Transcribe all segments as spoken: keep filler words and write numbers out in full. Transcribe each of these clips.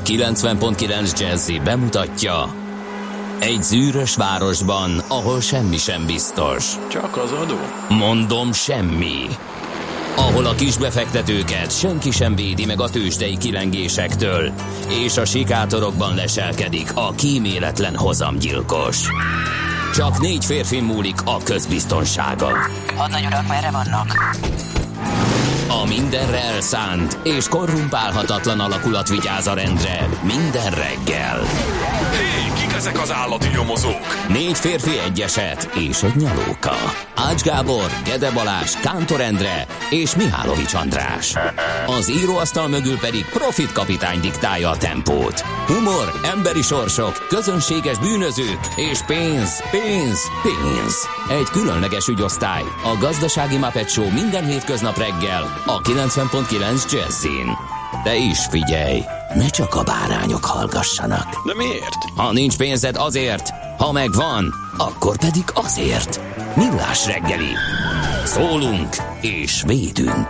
kilencven pont kilenc Jazzy bemutatja: egy zűrös városban, ahol semmi sem biztos. Csak az adó? Mondom, semmi. Ahol a kisbefektetőket senki sem védi meg a tőzsdei kilengésektől, és a sikátorokban leselkedik a kíméletlen hozamgyilkos. Csak négy férfi múlik a közbiztonsága. Hadnagy urak, merre vannak? A mindenre elszánt és korrumpálhatatlan alakulat vigyáz a rendre minden reggel. Hé, kik ezek az állati nyomozók? Négy férfi, egy eset és egy nyalóka. Ács Gábor, Gede Balázs, Kántor Endre és Mihálovics András. Az íróasztal mögül pedig Profit kapitány diktálja a tempót. Humor, emberi sorsok, közönséges bűnözők és pénz, pénz, pénz. Egy különleges ügyosztály, a Gazdasági Muppet Show minden hétköznap reggel a kilencven pont kilenc Jazzin. De is figyelj, ne csak a bárányok hallgassanak. De miért? Ha nincs pénzed, azért, ha megvan, akkor pedig azért. Millás reggeli. Szólunk és védünk.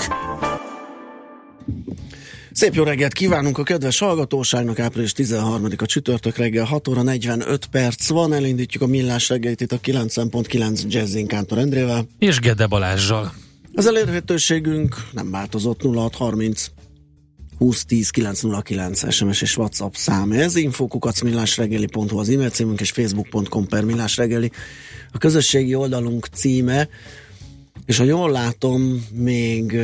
Szép jó reggelt kívánunk a kedves hallgatóságnak, április tizenharmadika csütörtök reggel, hat óra negyvenöt perc van, elindítjuk a Millás reggelit itt a kilencven pont kilenc Jazzin Kántor Endrével. És Gede Balázsral. Az elérhetőségünk nem változott, nulla hat harminc húsz tíz kilenc nulla kilenc es em es és WhatsApp szám. Ez infókukac millásreggeli pont hu az e-mail címünk, és facebook pont com per millásreggeli a közösségi oldalunk címe, és ha jól látom, még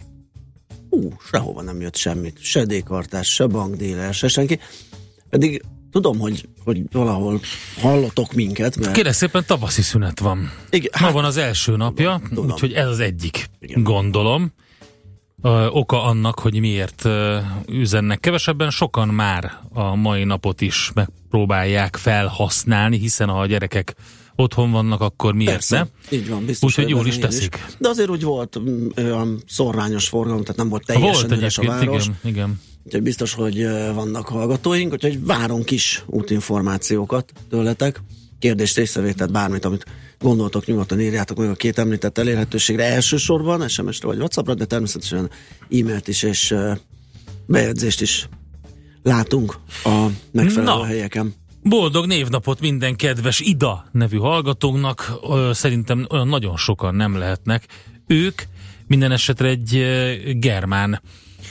ú, sehova nem jött semmit, se D-kartás, se bankdíler, se senki, pedig tudom, hogy, hogy valahol hallotok minket. Mert... Kérlek szépen, tavaszi szünet van. Igen, hát, ma van az első napja, úgyhogy ez az egyik, igen, gondolom. Ö, oka annak, hogy miért ö, üzennek kevesebben, sokan már a mai napot is megpróbálják felhasználni, hiszen ha a gyerekek otthon vannak, akkor miért persze, ne? Így van, biztos. Úgyhogy jól is teszik. Is. De azért úgy volt olyan szorványos forgalom, tehát nem volt teljesen volt üres a város. Igen, igen. Úgyhogy biztos, hogy vannak hallgatóink, úgyhogy várunk is útinformációkat tőletek. Kérdést, észrevételt, bármit, amit gondoltok, nyugodtan írjátok meg a két említett elérhetőségre elsősorban, es em es-re vagy WhatsAppra, de természetesen e-mailt is és bejegyzést is látunk a megfelelő Na. helyeken. Boldog névnapot minden kedves Ida nevű hallgatónknak, szerintem olyan nagyon sokan nem lehetnek. Ők minden esetre egy germán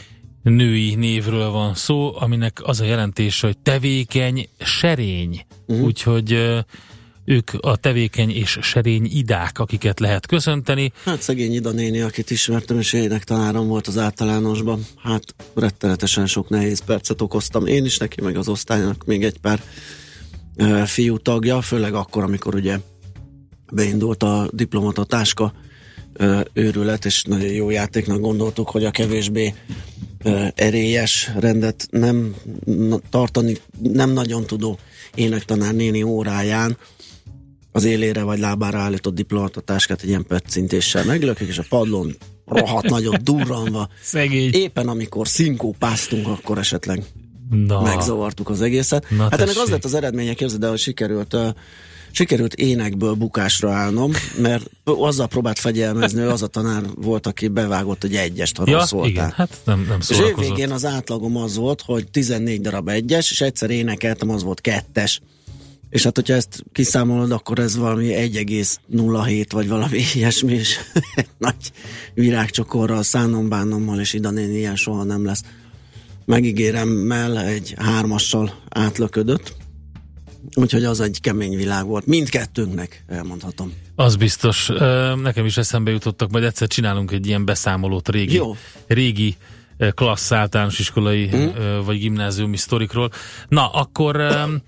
női névről van szó, aminek az a jelentése, hogy tevékeny serény. Uh-huh. Úgyhogy ők a tevékeny és serény idák, akiket lehet köszönteni. Hát szegény Ida néni, akit ismertem, és énektanárom volt az általánosban. Hát rettenetesen sok nehéz percet okoztam én is neki, meg az osztálynak még egy pár uh, fiú tagja, főleg akkor, amikor ugye beindult a diplomata táska uh, őrület, és nagyon jó játéknak gondoltuk, hogy a kevésbé uh, erélyes, rendet nem na, tartani, nem nagyon tudó énektanár néni óráján az élére vagy lábára állított diplomatatáskát egy ilyen pöccintéssel meglökik, és a padlón rohadt nagyot durranva. Szegény. Éppen amikor szinkópáztunk, akkor esetleg Na. megzavartuk az egészet. Na, hát ennek tessék. az lett az eredménye, képzeld el, hogy sikerült, uh, sikerült énekből bukásra állnom, mert azzal próbált fegyelmezni, ő az a tanár volt, aki bevágott egy egyest, ha ja, rossz voltál. Igen, hát nem, nem és szórakozott. évvégén az átlagom az volt, hogy tizennégy darab egyes, és egyszer énekeltem, az volt kettes. És hát, hogyha ezt kiszámolod, akkor ez valami egy egész nulla hét, vagy valami ilyesmi, és nagy virágcsokorral, szánom-bánommal, és Ida néni ilyen soha nem lesz. Megígéremmel egy hármassal átlöködött, úgyhogy az egy kemény világ volt. Mindkettőnknek, elmondhatom. Az biztos. Nekem is eszembe jutottak, majd egyszer csinálunk egy ilyen beszámolót régi, Jó. régi klassz általános iskolai hmm. vagy gimnáziumi sztorikról. Na, akkor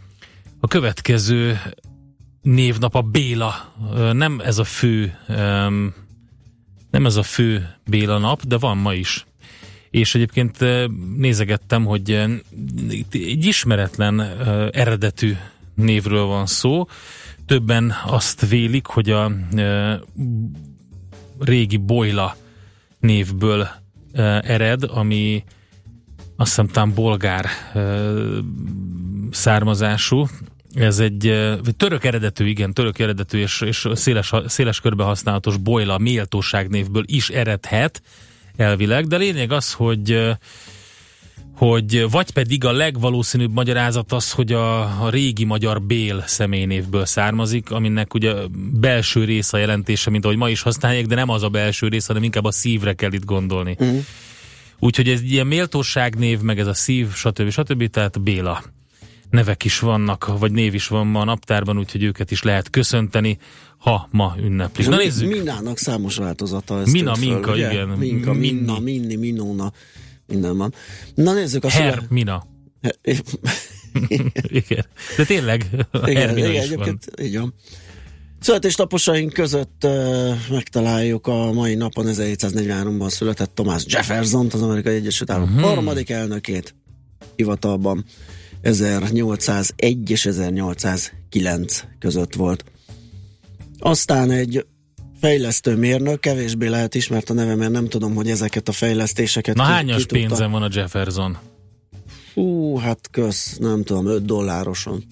a következő névnap a Béla. Nem ez a fő nem ez a fő Béla nap, de van ma is. És egyébként nézegettem, hogy egy ismeretlen eredetű névről van szó. Többen azt vélik, hogy a régi Bojla névből ered, ami azt hiszem talán bolgár származású. Ez egy török eredetű, igen, török eredetű és, és széles, széles körbe használatos Bojla méltóság névből is eredhet elvileg, de lényeg az, hogy hogy vagy pedig a legvalószínűbb magyarázat az, hogy a, a régi magyar Bél személynévből származik, aminek ugye belső rész a jelentése, mint ahogy ma is használják, de nem az a belső rész, hanem inkább a szívre kell itt gondolni. Uh-huh. Úgyhogy ez ilyen méltóságnév, meg ez a szív, stb. stb. Tehát Béla nevek is vannak, vagy név is van ma a naptárban, úgyhogy őket is lehet köszönteni, ha ma ünneplik. Na nézzük. Minának számos változata. Mina, Minka, föl, igen. Minka, Minna, Minni, Minóna, minden van. Na nézzük a Her, szüle... Mina. Igen. De tényleg, igen, Her, Mina igen, is van. Így van. Születésnaposaink között uh, megtaláljuk a mai napon ezerhétszáznegyvenháromban született Thomas Jeffersont, az Amerikai Egyesült Államok uh-huh. harmadik elnökét hivatalban. ezernyolcszázegy és ezernyolcszázkilenc között volt. Aztán egy fejlesztő mérnök, kevésbé lehet ismert a neve, mert nem tudom, hogy ezeket a fejlesztéseket Na ki, hányas ki pénzen van a Jefferson? Hú, hát kösz, nem tudom, öt dollároson.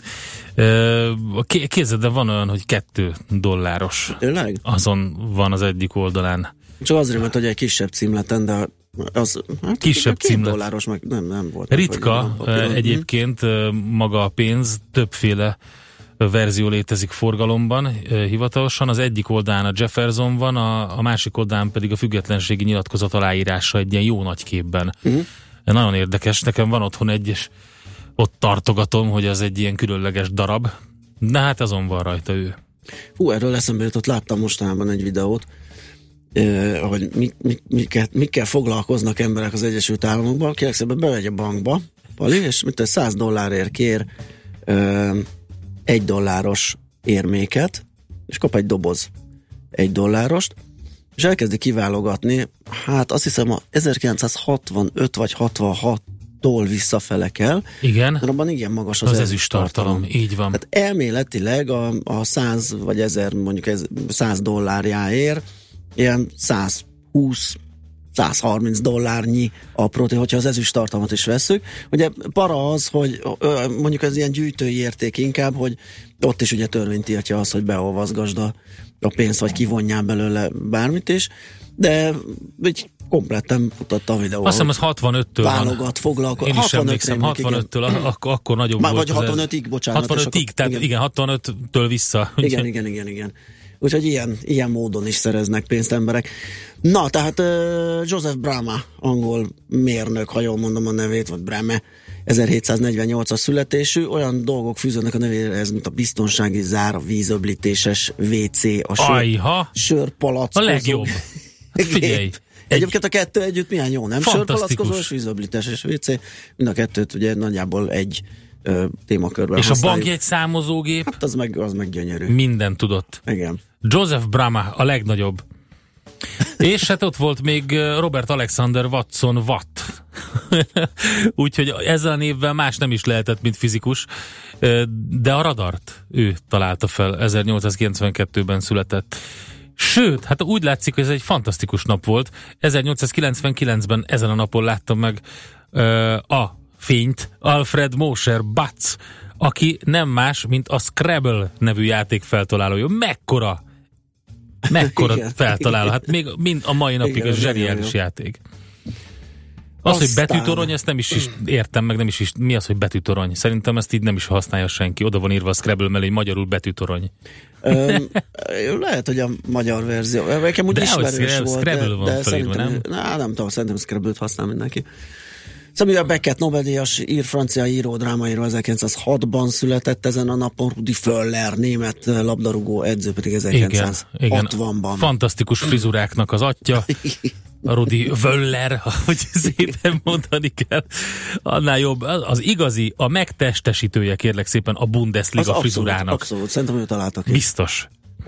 Képzeld, de van olyan, hogy kettő dolláros. Tényleg? Azon van az egyik oldalán. Csak azért, mert hogy egy kisebb címleten, de az hát kisebb címlet. Dolláros meg nem, nem volt. Ritka nem, egyébként maga a pénz, többféle verzió létezik forgalomban hivatalosan. Az egyik oldalán a Jefferson van, a, a másik oldalán pedig a függetlenségi nyilatkozat aláírása egy ilyen jó nagy képben. Uh-huh. Nagyon érdekes, nekem van otthon egy, és ott tartogatom, hogy az egy ilyen különleges darab, de hát azon van rajta ő. Hú, erről eszembe jutott, láttam mostanában egy videót, eh, hogy mi, mi, mikkel, mikkel foglalkoznak emberek az Egyesült Államokban, kérlek szépen bemegy a bankba, Pali, és mint egy száz dollárért kér eh, egy dolláros érméket, és kap egy doboz egy dollárost, és elkezdi kiválogatni, hát azt hiszem a ezerkilencszázhatvanöt vagy hatvanhattól visszafele kell. Igen. Mert abban igen magas az, az ezüst tartalom. Így van. Tehát elméletileg a, a száz vagy ezer, mondjuk ez száz dollárjáért ilyen százhúsz százharminc dollárnyi apróti, hogyha az ezüst tartalmat is vesszük. Ugye para az, hogy mondjuk ez ilyen gyűjtői érték inkább, hogy ott is ugye törvény tiltja azt, hogy beolvaszgasd a, a pénzt, vagy kivonjál belőle bármit is, de így kompletten mutatta a videó. Azt hiszem, az hatvanöttől válogat, foglalkozik. Én is emlékszem, hatvanöttől, akkor, akkor nagyobb Már volt. Vagy hatvanötig, bocsánat. hatvanötig, tehát igen, igen hatvanöttől vissza. Igen, igen, igen, igen. Úgyhogy ilyen, ilyen módon is szereznek pénzt emberek. Na, tehát uh, Joseph Brama, angol mérnök, ha jól mondom a nevét, vagy Brame, ezerhétszáznegyvennyolcas születésű, olyan dolgok fűződnek a nevéhez, mint a biztonsági zár, a vízöblítéses vé cé, a sör, sörpalackozó. A legjobb. Hát figyelj. Egyébként a kettő együtt milyen jó, nem? Sörpalackozó és vízöblítéses vé cé, mind a kettőt ugye nagyjából egy ö, témakörben és használjuk. A bankjegy számozógép? Hát az meg, az meg gyönyörű. Minden tudott. Igen. Joseph Brama, a legnagyobb. És hát ott volt még Robert Alexander Watson Watt. Úgyhogy ezzel a névvel más nem is lehetett, mint fizikus. De a radart ő találta fel, ezernyolcszázkilencvenkettőben született. Sőt, hát úgy látszik, hogy ez egy fantasztikus nap volt. ezernyolcszázkilencvenkilencben ezen a napon láttam meg ö, a fényt Alfred Mosher Batz, aki nem más, mint a Scrabble nevű játék feltalálója. Mekkora Mekkora igen, feltaláló. Hát még mind a mai napig igen, a zseniális játék. Az, aztán... hogy betűtorony, ezt nem is, is értem, meg nem is, is mi az, hogy betűtorony. Szerintem ezt így nem is használja senki. Oda van írva a Scrabble mellé, magyarul betűtorony. Öm, lehet, hogy a magyar verzió. Nekem úgy de ismerős hogy volt, Scrabble de, van de felírva, szerintem, nem? Na, nem tudom, szerintem Scrabble-t használ mindenki. Samuel Beckett, Nobel-díjas ír-francia író, drámaíró, ezerkilencszázhatban született ezen a napon, Rudi Völler, német labdarúgó edző pedig ezerkilencszázhatvanban. Igen. Fantasztikus frizuráknak az atya, a Rudi Völler, hogy szépen mondani kell, annál jobb. Az igazi, a megtestesítője, kérlek szépen, a Bundesliga az frizurának. Abszolút, abszolút, szerintem ő találtak ki. Biztos.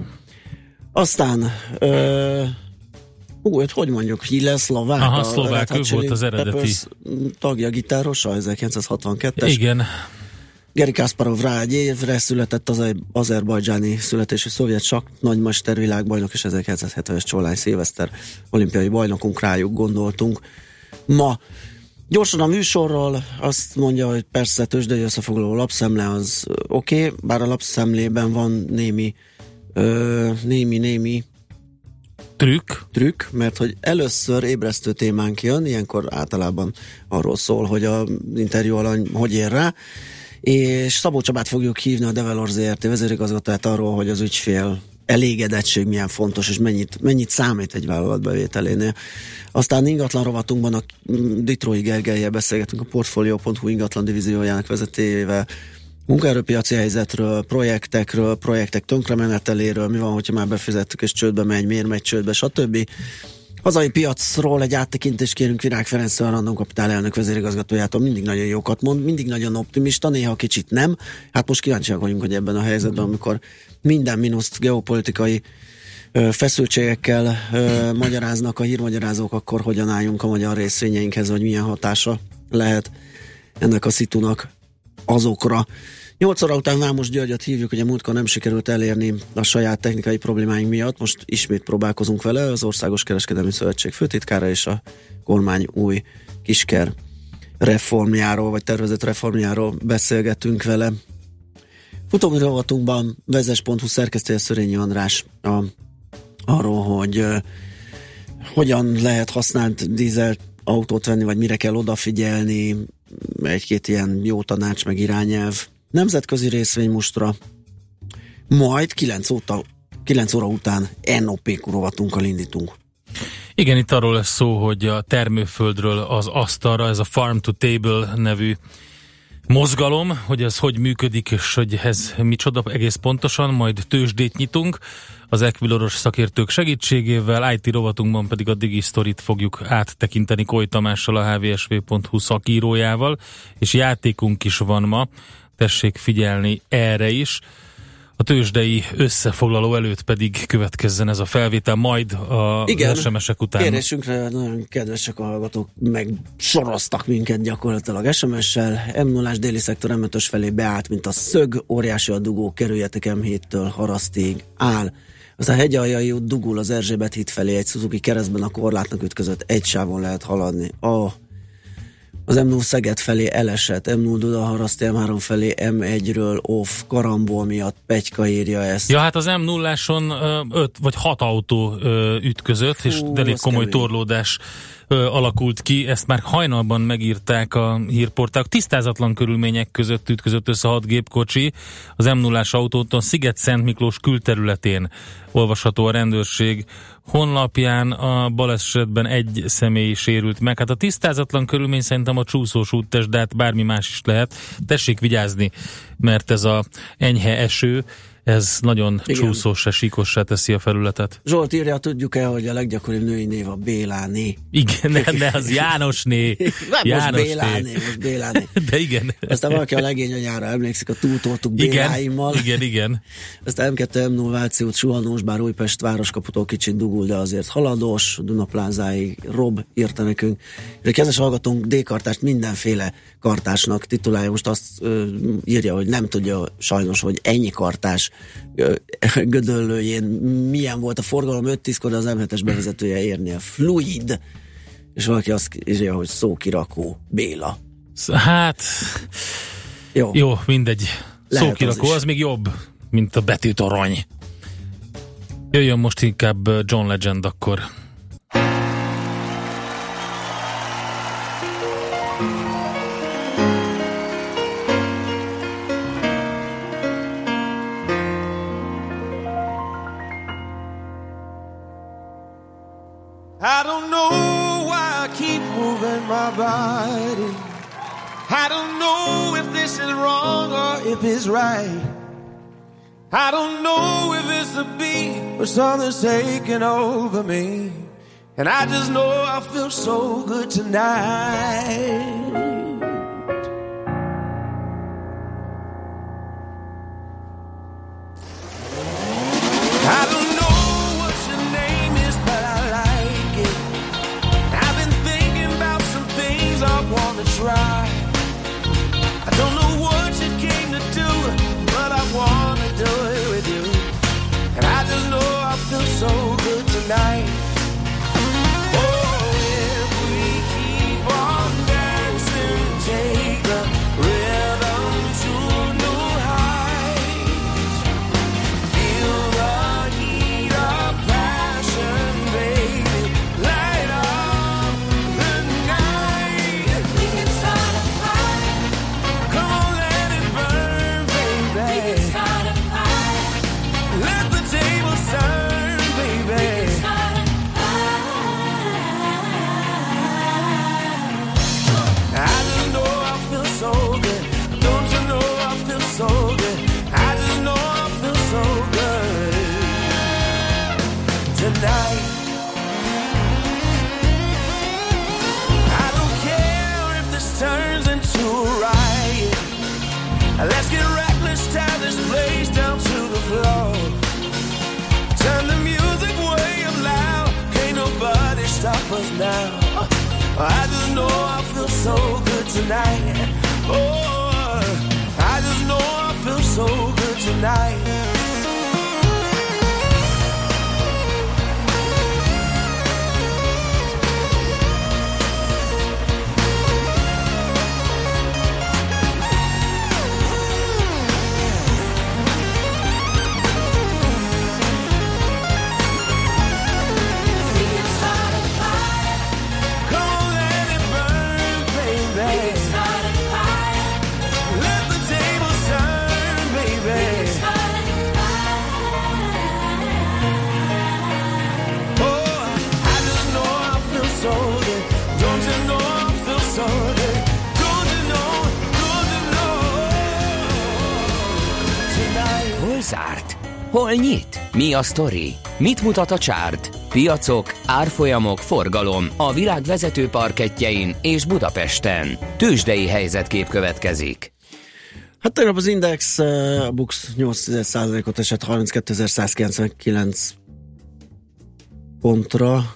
Aztán ö, Hú, hogy mondjuk, Hille szlovák. Aha, szlovák, ő volt az eredeti. Peppers tagja, gitárosa, ezerkilencszázhatvankettes. Igen. Geri Kasparov rá egy évre született, az azerbajdzsáni születésű szovjet sakk nagymester, világbajnok, és ezerkilencszázhetvenes Csollány Szilveszter olimpiai bajnokunk, rájuk gondoltunk. Ma gyorsan a műsorról azt mondja, hogy persze tőzsdei összefoglaló lapszemle az oké, okay, bár a lapszemlében van némi ö, némi, némi Trükk? Trükk, mert hogy először ébresztő témánk jön, ilyenkor általában arról szól, hogy a interjú alany hogy ér rá, és Szabó Csabát fogjuk hívni, a Develor zé er té vezérigazgatóját arról, hogy az ügyfél elégedettség milyen fontos, és mennyit, mennyit számít egy vállalat bevételénél. Aztán ingatlan rovatunkban a Ditrói Gergellyel beszélgetünk, a Portfolio pont hu ingatlan divíziójának vezetőjével, munkaerőpiaci helyzetről, projektekről, projektek tönkremeneteléről, mi van, hogyha már befizettük és csődbe megy, miért megy csődbe, stb. Hazai piacról egy áttekintést kérünk Virág Ferenctől, a Random Capital elnök vezérigazgatójától, mindig nagyon jókat mond, mindig nagyon optimista, néha kicsit nem. Hát most kíváncsiak vagyunk, hogy ebben a helyzetben, amikor minden mínuszt geopolitikai ö, feszültségekkel ö, magyaráznak a hírmagyarázók, akkor hogyan álljunk a magyar részvényeinkhez, hogy milyen hatása lehet ennek a szitunak azokra. nyolc óra után Vámos Györgyöt hívjuk, hogy a múltkor nem sikerült elérni a saját technikai problémáink miatt, most ismét próbálkozunk vele, az Országos Kereskedelmi Szövetség főtitkára és a kormány új kisker reformjáról, vagy tervezett reformjáról beszélgetünk vele. Futómű rovatunkban vezes pont hu szerkesztője Szörényi András a, arról, hogy uh, hogyan lehet használt dízel autót venni, vagy mire kell odafigyelni, egy-két ilyen jó tanács, meg irányelv, nemzetközi részvénymustra, majd kilenc óra után en o pé rovatunkkal indítunk. Igen, itt arról lesz szó, hogy a termőföldről az asztalra, ez a Farm to Table nevű mozgalom, hogy ez hogy működik, és hogy ez micsoda egész pontosan, majd tőzsdét nyitunk az Equiloros szakértők segítségével, i té rovatunkban pedig a Digistoryt fogjuk áttekinteni Koly Tamással, a há vé es vé pont hu szakírójával, és játékunk is van ma, tessék figyelni erre is. A tőzsdei összefoglaló előtt pedig következzen ez a felvétel, majd a igen, es em es-ek után. Kérésünkre nagyon kedvesek a hallgatók, meg soroztak minket gyakorlatilag es em es-sel. em nullás déli szektor em ötös felé beállt, mint a szög, óriási a dugó, kerüljetek em héttől Harasztig áll. Az a Hegyaljai út dugul az Erzsébet híd felé, egy Suzuki keresztben a korlátnak ütközött, egy sávon lehet haladni. Oh. Az em nulla Szeged felé elesett, em nulla Dunaharaszti em három felé em egyről off, karambol miatt, Petyka írja ezt. Ja, hát az em nulláson öt vagy hat autó ö, ütközött, Fú, és elég komoly kemény torlódás ö, alakult ki, ezt már hajnalban megírták a hírportálok. Tisztázatlan körülmények között ütközött össze hat gépkocsi az em nullás autóton Sziget-Szent Miklós külterületén, olvasható a rendőrség honlapján. A balesetben egy személy sérült meg. Hát a tisztázatlan körülmény szerintem a csúszós úttest, de hát bármi más is lehet. Tessék vigyázni, mert ez a enyhe eső, ez nagyon igen. csúszósra, síkossá teszi a felületet. Zsolt írja, tudjuk-e, hogy a leggyakoribb női név a Béláné? Igen, ne, ne az Jánosné. János most Béláné, most Béláné. De igen. Aztán valaki a legényanyára emlékszik, a túltoltuk Béláimmal. Igen, igen. Aztán em kettő em nulla Váci út suhanós, bár Újpest városkaputól kicsit dugul, de azért haladós, Dunaplázáig. Rob írta nekünk. És a kedves hallgatónk D-kartást mindenféle kartásnak titulálja, most azt ö, írja, hogy nem tudja sajnos, hogy ennyi kartás Gödöllőjén milyen volt a forgalom, öt tízkor, de az em hetes bevezetője érni a fluid, és valaki azt írja, hogy szókirakó Béla. Hát jó, jó mindegy. Lehet szókirakó az, az az még jobb, mint a betűtorony. Jöjjön most inkább John Legend akkor. I don't know why I keep moving my body. I don't know if this is wrong or if it's right. I don't know if it's the beat or something's taking over me. And I just know I feel so good tonight. I don't try. I don't know what you came to do, but I wanna do it with you. And I just know I feel so good tonight. Oh, if we keep on dancing, take the rhythm to new heights. Feel the heat of passion us now. I just know I feel so good tonight. Oh, I just know I feel so good tonight. Zárt. Hol nyit? Mi a sztori? Mit mutat a csárt? Piacok, árfolyamok, forgalom a világ vezető parkettjein és Budapesten. Tőzsdei helyzetkép következik. Hát tegnap az Index, a Bux nyolc százalékot esett harminckétezer-százkilencvenkilenc pontra.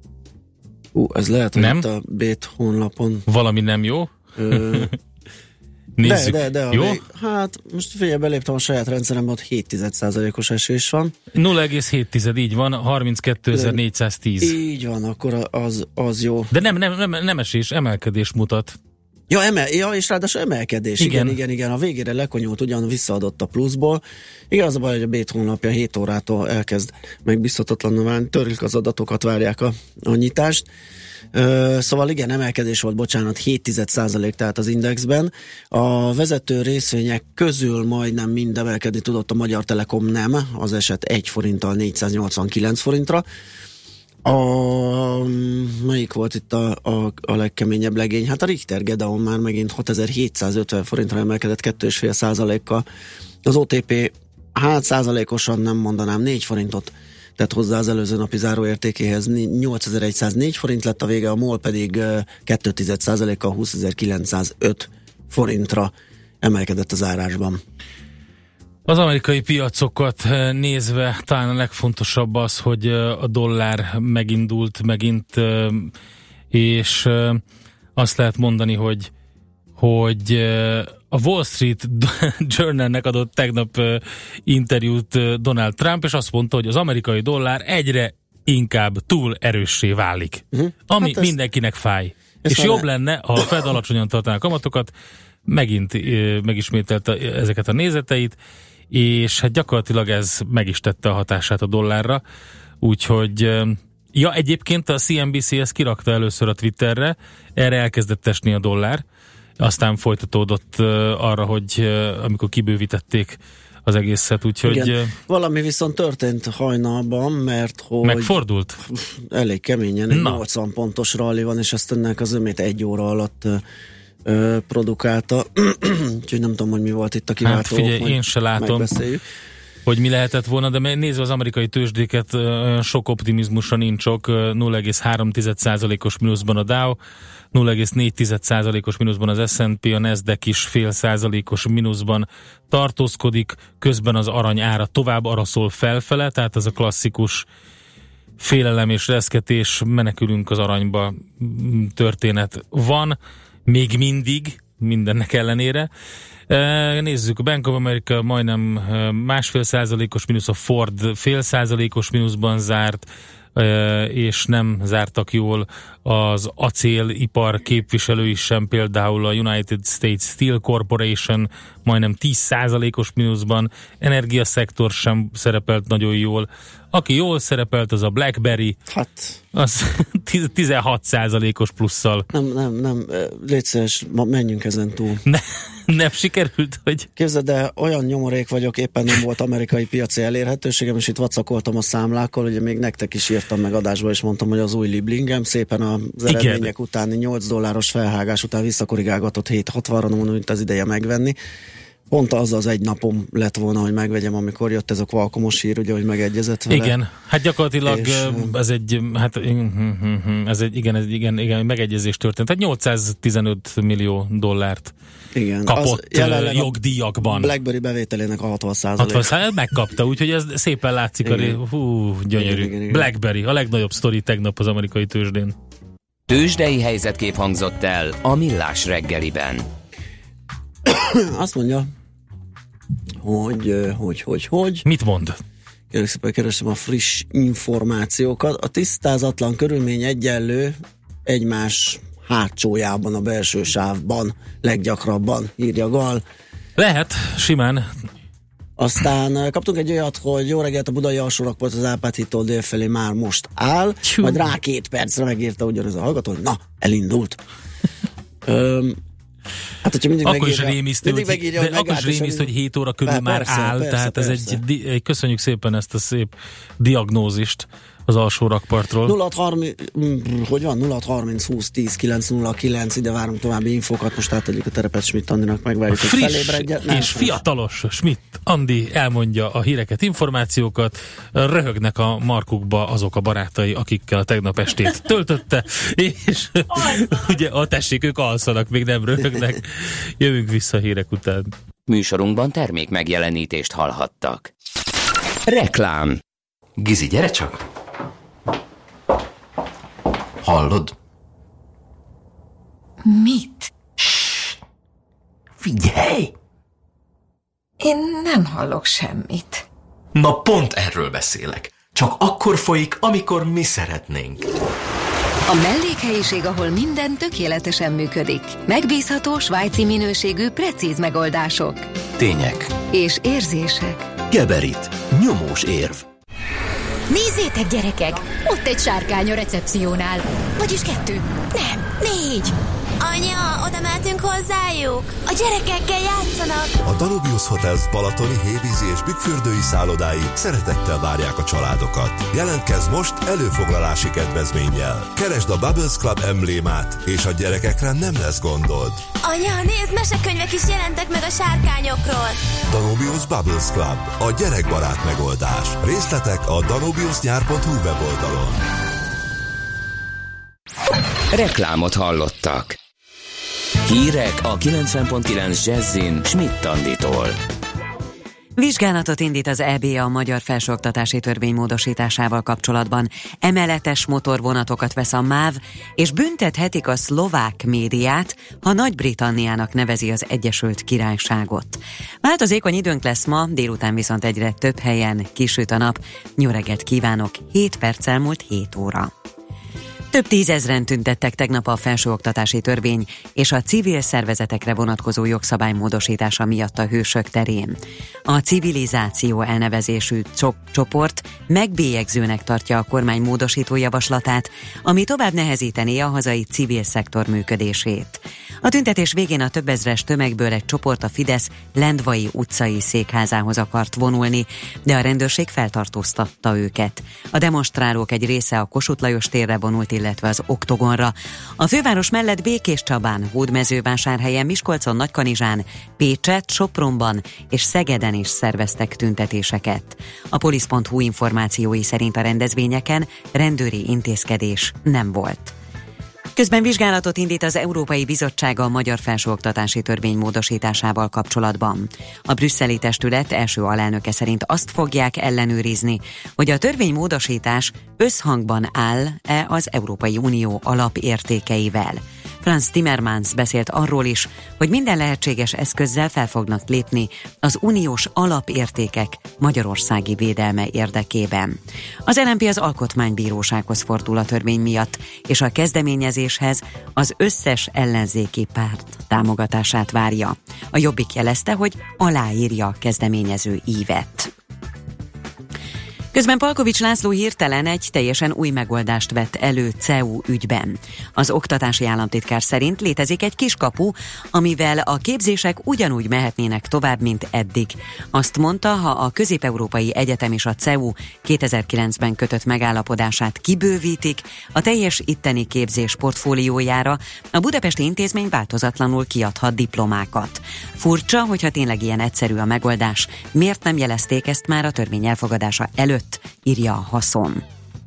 Ú, ez lehet, hogy nem? itt a Bét honlapon. Valami nem jó? Ö, Nézzük. De, de, de. Jó? Vég, hát most figyelj, beléptem a saját rendszerembe, ott hét százalékos esés van. nulla egész hét, így van, harminckétezer-négyszáztíz. Így van, akkor az, az jó. De nem, nem, nem, nem esés, emelkedés mutat. Ja, emel, ja, és ráadásul emelkedés. Igen. igen, igen, igen. A végére lekonyult, ugyan visszaadott a pluszból. Igen, az a baj, hogy a Bét honlapja hét órától elkezd megbízhatatlanul válni. Törlik az adatokat, várják a, a nyitást. Ö, szóval igen, emelkedés volt, bocsánat, hét százalék tehát az Indexben. A vezető részvények közül majdnem mind emelkedni tudott, a Magyar Telekom nem, az eset egy forinttal négyszáznyolcvankilenc forintra. A, melyik volt itt a, a, a legkeményebb legény? Hát a Richter Gedeon már megint hatezer-hétszázötven forintra emelkedett két egész öt százalékkal. Az o té pé hát százalékosan nem mondanám, négy forintot tett hozzá az előző napi záróértékéhez, nyolcezer-száznégy forint lett a vége, a MOL pedig két egész öt százalékkal húszezer-kilencszázöt forintra emelkedett az árásban. Az amerikai piacokat nézve talán a legfontosabb az, hogy a dollár megindult megint, és azt lehet mondani, hogy, hogy a Wall Street Journalnek adott tegnap interjút Donald Trump, és azt mondta, hogy az amerikai dollár egyre inkább túl erőssé válik, uh-huh. ami hát mindenkinek fáj. És jobb ne... lenne, ha a Fed alacsonyan tartaná a kamatokat, megint megismételte ezeket a nézeteit, és hát gyakorlatilag ez meg is tette a hatását a dollárra, úgyhogy ja, egyébként a cé en bé cé ezt kirakta először a Twitterre, erre elkezdett esni a dollár, aztán folytatódott arra, hogy amikor kibővítették az egészet, úgyhogy... Igen. Valami viszont történt hajnalban, mert hogy... Megfordult? Elég keményen, egy nyolcvan pontos rally van, és azt ennek az ömét egy óra alatt ö, produkálta. Úgyhogy nem tudom, hogy mi volt itt a kiváltó. Hát figyelj, én se látom, hogy mi lehetett volna, de nézve az amerikai tőzsdéket, sok optimizmusa nincs sok, nulla egész három százalékos mínuszban a Dow, nulla egész négy százalékos mínuszban az es and pé, a Nasdaq is fél százalékos mínuszban tartózkodik, közben az arany ára tovább araszol felfele, tehát ez a klasszikus félelem és reszketés, menekülünk az aranyba történet van, még mindig, mindennek ellenére. Nézzük, a Bank of America majdnem másfél százalékos mínusz, a Ford fél százalékos mínuszban zárt, és nem zártak jól az acélipar képviselői sem, például a United States Steel Corporation majdnem tíz százalékos mínuszban, energiaszektor sem szerepelt nagyon jól. Aki jól szerepelt, az a BlackBerry, hát az tizenhat százalékos plusszal. Nem, nem, nem, légy szíves, menjünk ezen túl. Ne, nem sikerült, hogy... Képzeld, de olyan nyomorék vagyok, éppen nem volt amerikai piaci elérhetőségem, és itt vacakoltam a számlákkal, ugye még nektek is írtam meg adásba, és mondtam, hogy az új Liblingem szépen az eredmények Igen. utáni nyolc dolláros felhágás után visszakorrigálgatott hét hatvanra, mondom, hogy az ideje megvenni. Pont az az egy napom lett volna, hogy megvegyem, amikor jött ez a Qualcomm-os hír, ugye, hogy megegyezett vele. Igen, hát gyakorlatilag és, ez egy, hát ez egy, igen, ez egy, igen, igen, megegyezés történt. Tehát nyolcszáztizenöt millió dollárt igen, kapott jogdíjakban. BlackBerry bevételének a hatvan százalék. hatvan százalék megkapta, úgyhogy ez szépen látszik. Igen. A, hú, gyönyörű. Igen, igen, igen. BlackBerry, a legnagyobb sztori tegnap az amerikai tőzsdén. Tőzsdei helyzetkép hangzott el a Millás reggeliben. Azt mondja, hogy, hogy, hogy, hogy. Mit mond? Kérlek szépen, keresem a friss információkat. A tisztázatlan körülmény egyenlő egymás hátsójában, a belső sávban leggyakrabban, írja Gal. Lehet, simán. Aztán kaptunk egy olyat, hogy jó reggelt, a budai alsórakpart az Árpád hídtól délfelé már most áll, Csú. majd rá két percre megírta ugyanez a hallgató, hogy na, elindult. Öm, Hát, hogyha mindig akkor megírja, is rémisztő, hogy, megírja, de hogy akkor is rémisztő, hogy hét óra körül már persze, áll, persze, tehát persze. ez egy, egy, köszönjük szépen ezt a szép diagnózist az alsó rakpartról. nulla hat harminc, hogy van? nulla hat harminc húsz tíz kilenc nulla kilenc, ide várunk további infókat, most átadjuk a terepet Schmidt Andinak, megvárjuk, hogy felébredjen. Friss és fiatalos Schmidt Andi elmondja a híreket, információkat, röhögnek a markukba azok a barátai, akikkel a tegnap estét töltötte, és ugye a tessék, ők alszanak, még nem röhögnek. Jövünk vissza a hírek után. Műsorunkban termék megjelenítést hallhattak. Reklám. Gizi, gyere csak! Hallod? Mit? Ssss! Figyelj! Én nem hallok semmit. Na pont erről beszélek. Csak akkor folyik, amikor mi szeretnénk. A mellékhelyiség, ahol minden tökéletesen működik. Megbízható, svájci minőségű, precíz megoldások. Tények. És érzések. Geberit. Nyomós érv. Nézzétek, gyerekek! Ott egy sárkány a recepciónál. Vagyis kettő. Nem, négy. Anya, oda mehetünk hozzájuk? A gyerekekkel játszanak. A Danubius Hotels balatoni, hévízi és bükkfürdői szállodái szeretettel várják a családokat. Jelentkezz most előfoglalási kedvezménnyel. Keresd a Bubbles Club emblémát, és a gyerekekre nem lesz gondod. Anya, nézd, mesekönyvek is jelentek meg a sárkányokról. Danubius Bubbles Club, a gyerekbarát megoldás. Részletek a danubius nyár pont hu weboldalon. Reklámot hallottak. Hírek a kilencven pont kilenc Jazzin Schmidt Anditól. Vizsgálatot indít az é bé á a magyar felsőoktatási törvény módosításával kapcsolatban. Emeletes motorvonatokat vesz a MÁV, és büntethetik a szlovák médiát, ha Nagy-Britanniának nevezi az Egyesült Királyságot. Változékony időnk lesz ma, délután viszont egyre több helyen kisüt a nap. Jó reggelt kívánok, hét perc elmúlt hét óra. Több tízezren tüntettek tegnap a felsőoktatási törvény és a civil szervezetekre vonatkozó jogszabály módosítása miatt a Hősök terén. A Civilizáció elnevezésű csoport megbélyegzőnek tartja a kormány módosító javaslatát, ami tovább nehezítené a hazai civil szektor működését. A tüntetés végén a több ezres tömegből egy csoport a Fidesz Lendvai utcai székházához akart vonulni, de a rendőrség feltartóztatta őket. A demonstrálók egy része a Kossuth Lajos térre vonult, illetve az Oktogonra. A főváros mellett Békéscsabán, Hódmezővásárhelyen, Miskolcon, Nagykanizsán, Pécset, Sopronban és Szegeden is szerveztek tüntetéseket. A polisz pont hu információi szerint a rendezvényeken rendőri intézkedés nem volt. Közben vizsgálatot indít az Európai Bizottság a magyar felsőoktatási törvény módosításával kapcsolatban. A brüsszeli testület első alelnöke szerint azt fogják ellenőrizni, hogy a törvénymódosítás összhangban áll-e az Európai Unió alapértékeivel. Franz Timmermans beszélt arról is, hogy minden lehetséges eszközzel fel fognak lépni az uniós alapértékek magyarországi védelme érdekében. Az el en pé az Alkotmánybírósághoz fordul a törvény miatt, és a kezdeményezéshez az összes ellenzéki párt támogatását várja. A Jobbik jelezte, hogy aláírja a kezdeményező ívet. Közben Palkovics László hirtelen egy teljesen új megoldást vett elő cé e u ügyben. Az oktatási államtitkár szerint létezik egy kiskapu, amivel a képzések ugyanúgy mehetnének tovább, mint eddig. Azt mondta, ha a Közép-Európai Egyetem és a cé e u kétezer-kilencben kötött megállapodását kibővítik, a teljes itteni képzés portfóliójára a budapesti intézmény változatlanul kiadhat diplomákat. Furcsa, hogyha tényleg ilyen egyszerű a megoldás, miért nem jelezték ezt már a törvény elfogadása előtt, írja a Haszon.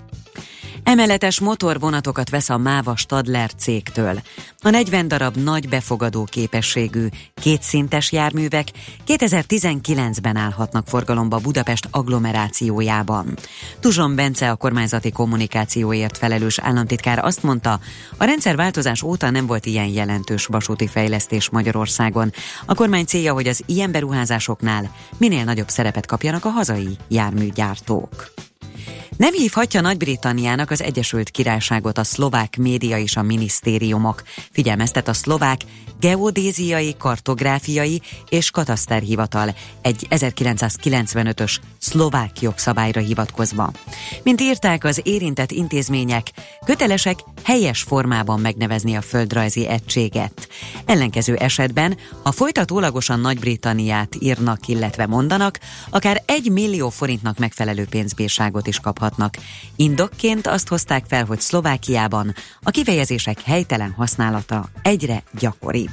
Emeletes motorvonatokat vesz a MÁVA Stadler cégtől. A negyven darab nagy befogadó képességű, kétszintes járművek kétezer-tizenkilencben állhatnak forgalomba Budapest agglomerációjában. Tuzson Bence, a kormányzati kommunikációért felelős államtitkár azt mondta, a rendszerváltozás óta nem volt ilyen jelentős vasúti fejlesztés Magyarországon. A kormány célja, hogy az ilyen beruházásoknál minél nagyobb szerepet kapjanak a hazai járműgyártók. Nem hívhatja Nagy-Britanniának az Egyesült Királyságot a szlovák média és a minisztériumok, figyelmeztet a szlovák geodéziai, kartográfiai és kataszterhivatal egy ezerkilencszázkilencvenötös szlovák jogszabályra hivatkozva. Mint írták, az érintett intézmények kötelesek helyes formában megnevezni a földrajzi egységet. Ellenkező esetben, ha folytatólagosan Nagy-Britanniát írnak, illetve mondanak, akár egy millió forintnak megfelelő pénzbírságot is kaphatnak. Indokként azt hozták fel, hogy Szlovákiában a kifejezések helytelen használata egyre gyakoribb.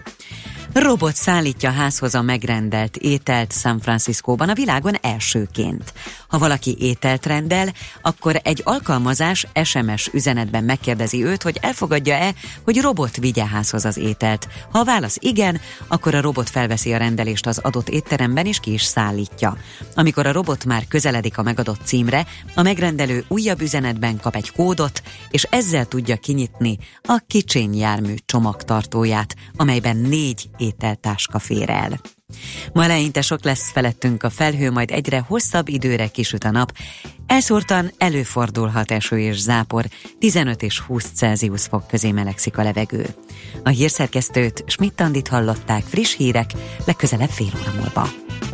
Robot szállítja házhoz a megrendelt ételt San Franciscóban a világon elsőként. Ha valaki ételt rendel, akkor egy alkalmazás es em es üzenetben megkérdezi őt, hogy elfogadja-e, hogy robot vigye házhoz az ételt. Ha a válasz igen, akkor a robot felveszi a rendelést az adott étteremben és ki is szállítja. Amikor a robot már közeledik a megadott címre, a megrendelő újabb üzenetben kap egy kódot, és ezzel tudja kinyitni a kicsiny jármű csomagtartóját, amelyben négy ételtáska fér el. Ma eleinte sok lesz felettünk a felhő, majd egyre hosszabb időre kisüt a nap. Elszórtan előfordulhat eső és zápor, tizenöt és húsz Celsius fok közé melegszik a levegő. A hírszerkesztőt, Schmidt-Andit hallották, friss hírek, legközelebb fél óra múlva.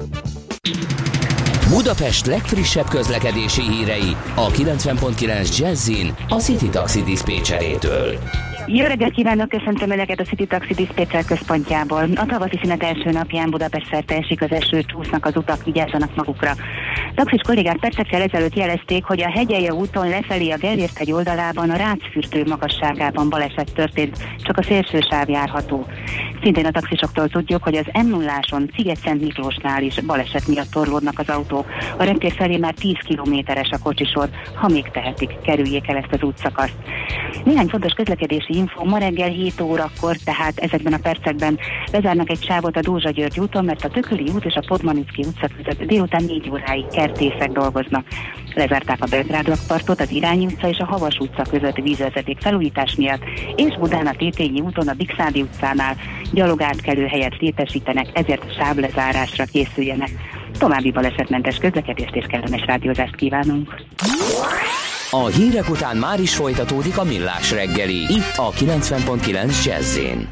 Budapest legfrissebb közlekedési hírei a kilencven pont kilenc Jazzin a City Taxi diszpécserétől. Jó reggelt kívánok, köszöntöm Önöket a City Taxi diszpécser központjából. A tavaszi szünet első napján Budapest szerte esik az eső, csúsznak az utak, vigyázzanak magukra. Taxis kollégák percekkel ezelőtt jelezték, hogy a Hegyelje úton lefelé a Gellért-hegy oldalában a Rácfürdő magasságában baleset történt, csak a szélső sáv járható. Szintén a taxisoktól tudjuk, hogy az em nulláson Sziget-Szent Miklósnál is baleset miatt torlódnak az autók. A reptér felé már tíz kilométeres a kocsisor, ha még tehetik, kerüljék el ezt az útszakaszt. Néhány fontos közlekedési info, ma reggel hét órakor, tehát ezekben a percekben lezárnak egy sávot a Dózsa-György úton, mert a Tököli út és a Podmanicki utca között délután négy óráig kertészek dolgoznak. Lezárták a Belgrád rakpartot, az Irányi utca és a Havas utca között vízvezeték felújítás miatt, és Budán a Tétényi úton a Bikszádi utcánál gyalogátkelő helyet létesítenek, ezért sávlezárásra készüljenek. További balesetmentes közlekedést és kellemes rádiózást kívánunk! A hírek után már is folytatódik a Millás reggeli, itt a kilencven pont kilenc Jazz-én.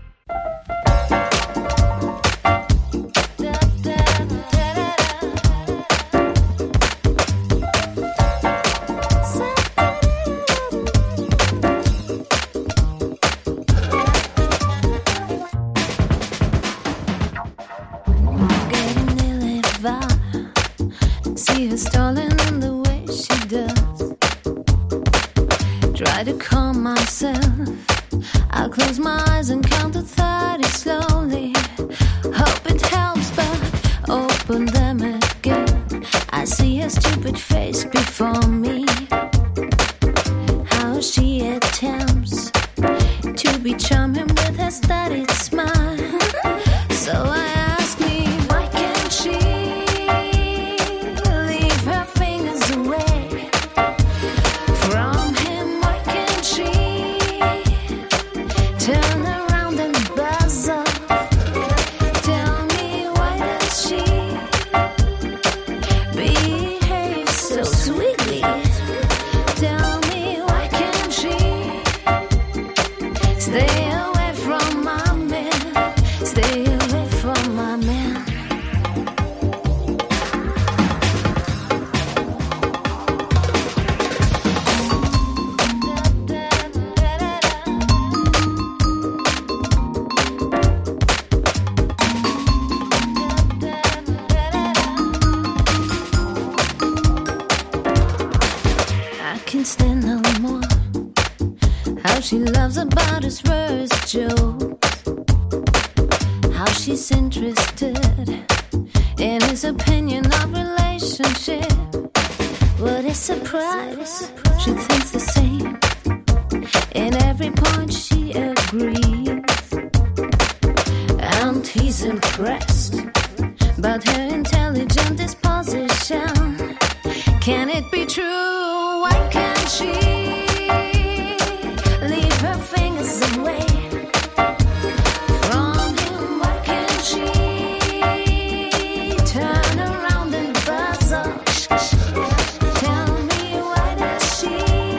Try to calm myself. I'll close my eyes and count to thirty slowly. Hope it helps, but open them again. I see a stupid face before me. How she attempts to be charming with her studied smile. So I ask me, why can't she leave her fingers away from him? Why can't she turn around and buzz off? Tell me, why does she behave so sweetly? Tell me, why can't she stay away from my man? Stay away from She loves about his worst jokes, how she's interested in his opinion of relationship. What a surprise, she thinks the same. In every point she agrees, and he's impressed by her intelligent disposition. Can it be true? Why can't she leave her fingers away from him? Why can't she turn around and buzz up? Tell me, why does she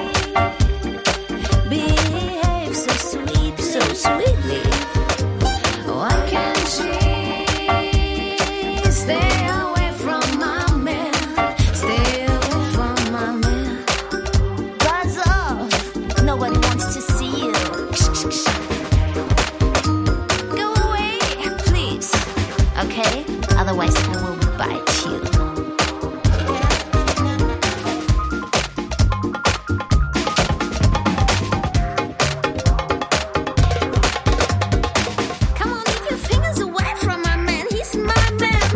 behave so sweet, so sweetly? Why can't she stay away from my man? Stay away from my man. Buzz off, nobody wants to see you. Go away, please. Okay? Otherwise I will bite you. Come on, leave your fingers away from my man. He's my man.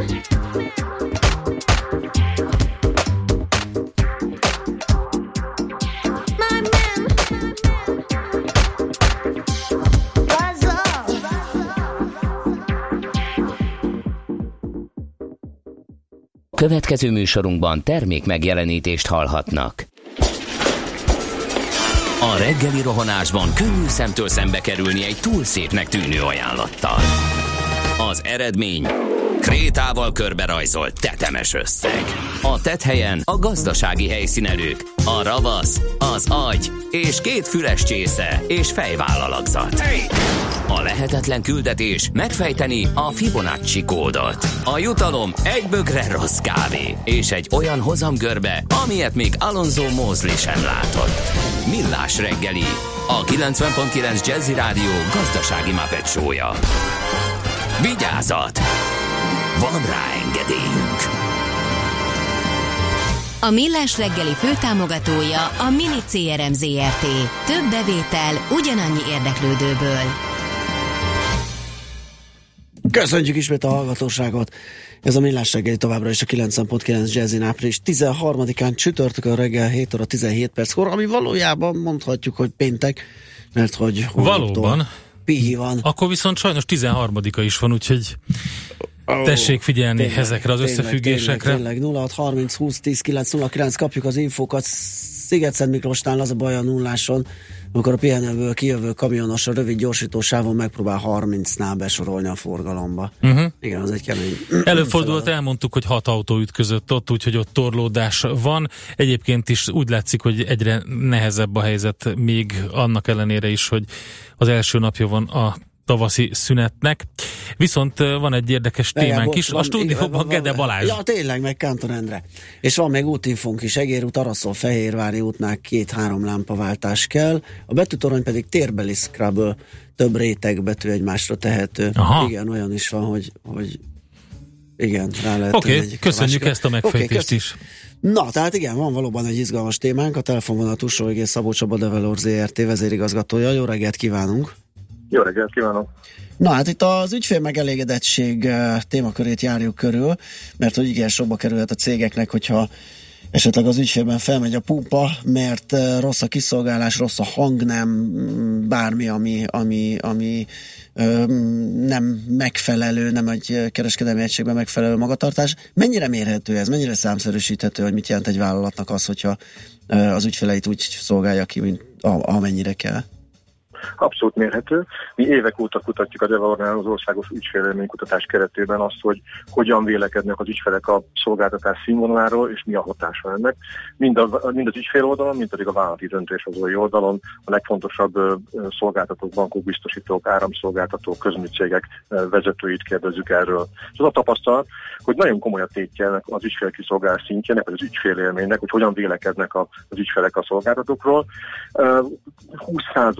My man. Buzz off. Következő műsorunkban termék megjelenítést hallhatnak. A reggeli rohanásban könnyű szemtől szembe kerülni egy túl szépnek tűnő ajánlattal. Az eredmény krétával körberajzolt tetemes összeg. A tetthelyen a gazdasági helyszínelők, a ravasz, az agy és két füles csésze és fejvállalakzat. A lehetetlen küldetés megfejteni a Fibonacci kódot. A jutalom egy bögre rossz kávé és egy olyan hozamgörbe, amilyet még Alonso Mosley sem látott. Millás reggeli, a kilencven pont kilenc Jazzy Rádió gazdasági Muppet show-ja. Vigyázat! Van rá engedélyünk! A Millás reggeli főtámogatója a Mini cé er em zé er té. Több bevétel ugyanannyi érdeklődőből. Köszönjük ismét a hallgatóságot! Ez a Millás reggeli továbbra is a kilencven pont kilenc Jazzin április tizenharmadikán csütörtökön reggel hét óra tizenhét perckor, ami valójában mondhatjuk, hogy péntek, mert hogy valóban pihi van. Akkor viszont sajnos tizenharmadika is van, úgyhogy oh, tessék figyelni tényleg, ezekre az tényleg, összefüggésekre. Tényleg, tényleg. nulla hat harminc húsz tíz kilenc nulla kilenc kapjuk az infókat. Sziget-Szent Miklósnál az a baj a nulláson, amikor a pihenőből kijövő kamionos a rövid gyorsítósávon megpróbál harmincnál besorolni a forgalomba. Uh-huh. Igen, az egy kemény. Előfordult, elmondtuk, hogy hat autó ütközött ott, úgyhogy ott torlódás van. Egyébként is úgy látszik, hogy egyre nehezebb a helyzet, még annak ellenére is, hogy az első napja van a tavaszi szünetnek. Viszont van egy érdekes de témánk is. Van, a stúdióban Gede Balázs. Ja, tényleg, meg Kántor Endre. És van még útinfónk is. Egér út, Araszol, Fehérvári útnál két-három lámpaváltás kell. A betűtorony pedig térbeli Scrabble, több réteg betű egymásra tehető. Aha. Igen, olyan is van, hogy, hogy igen, rá lehet. Oké, okay, köszönjük ezt a megfejtést okay, is. Na, tehát igen, van valóban egy izgalmas témánk. A telefonvonal túlsó végén Szabó Csaba Develor zé er té vezérigazgatója. Jó reggelt kívánunk! Jó reggelt kívánok! Na hát itt az ügyfél megelégedettség témakörét járjuk körül, mert hogy igen, sokba kerülhet a cégeknek, hogyha esetleg az ügyfélben felmegy a pumpa, mert rossz a kiszolgálás, rossz a hangnem, bármi, ami, ami, ami nem megfelelő, nem egy kereskedelmi egységben megfelelő magatartás. Mennyire mérhető ez? Mennyire számszerűsíthető, hogy mit jelent egy vállalatnak az, hogyha az ügyfeleit úgy szolgálja ki, mint amennyire kell? Abszolút mérhető. Mi évek óta kutatjuk a Develornál az országos ügyfélélménykutatás keretében azt, hogy hogyan vélekednek az ügyfelek a szolgáltatás színvonaláról, és mi a hatása ennek. Mind, a, mind az ügyfél oldalon, mind pedig a vállalati döntéshozói oldalon a legfontosabb ö, szolgáltatók, bankok, biztosítók, áramszolgáltatók, közműcégek ö, vezetőit kérdezzük erről. És az a tapasztalat, hogy nagyon komoly a tétje az ügyfélkiszolgálás szintjének, vagy az ügyfélélménynek, hogy hogyan vélekednek a, az ügyfelek a szolgáltatókról. húsz százaléka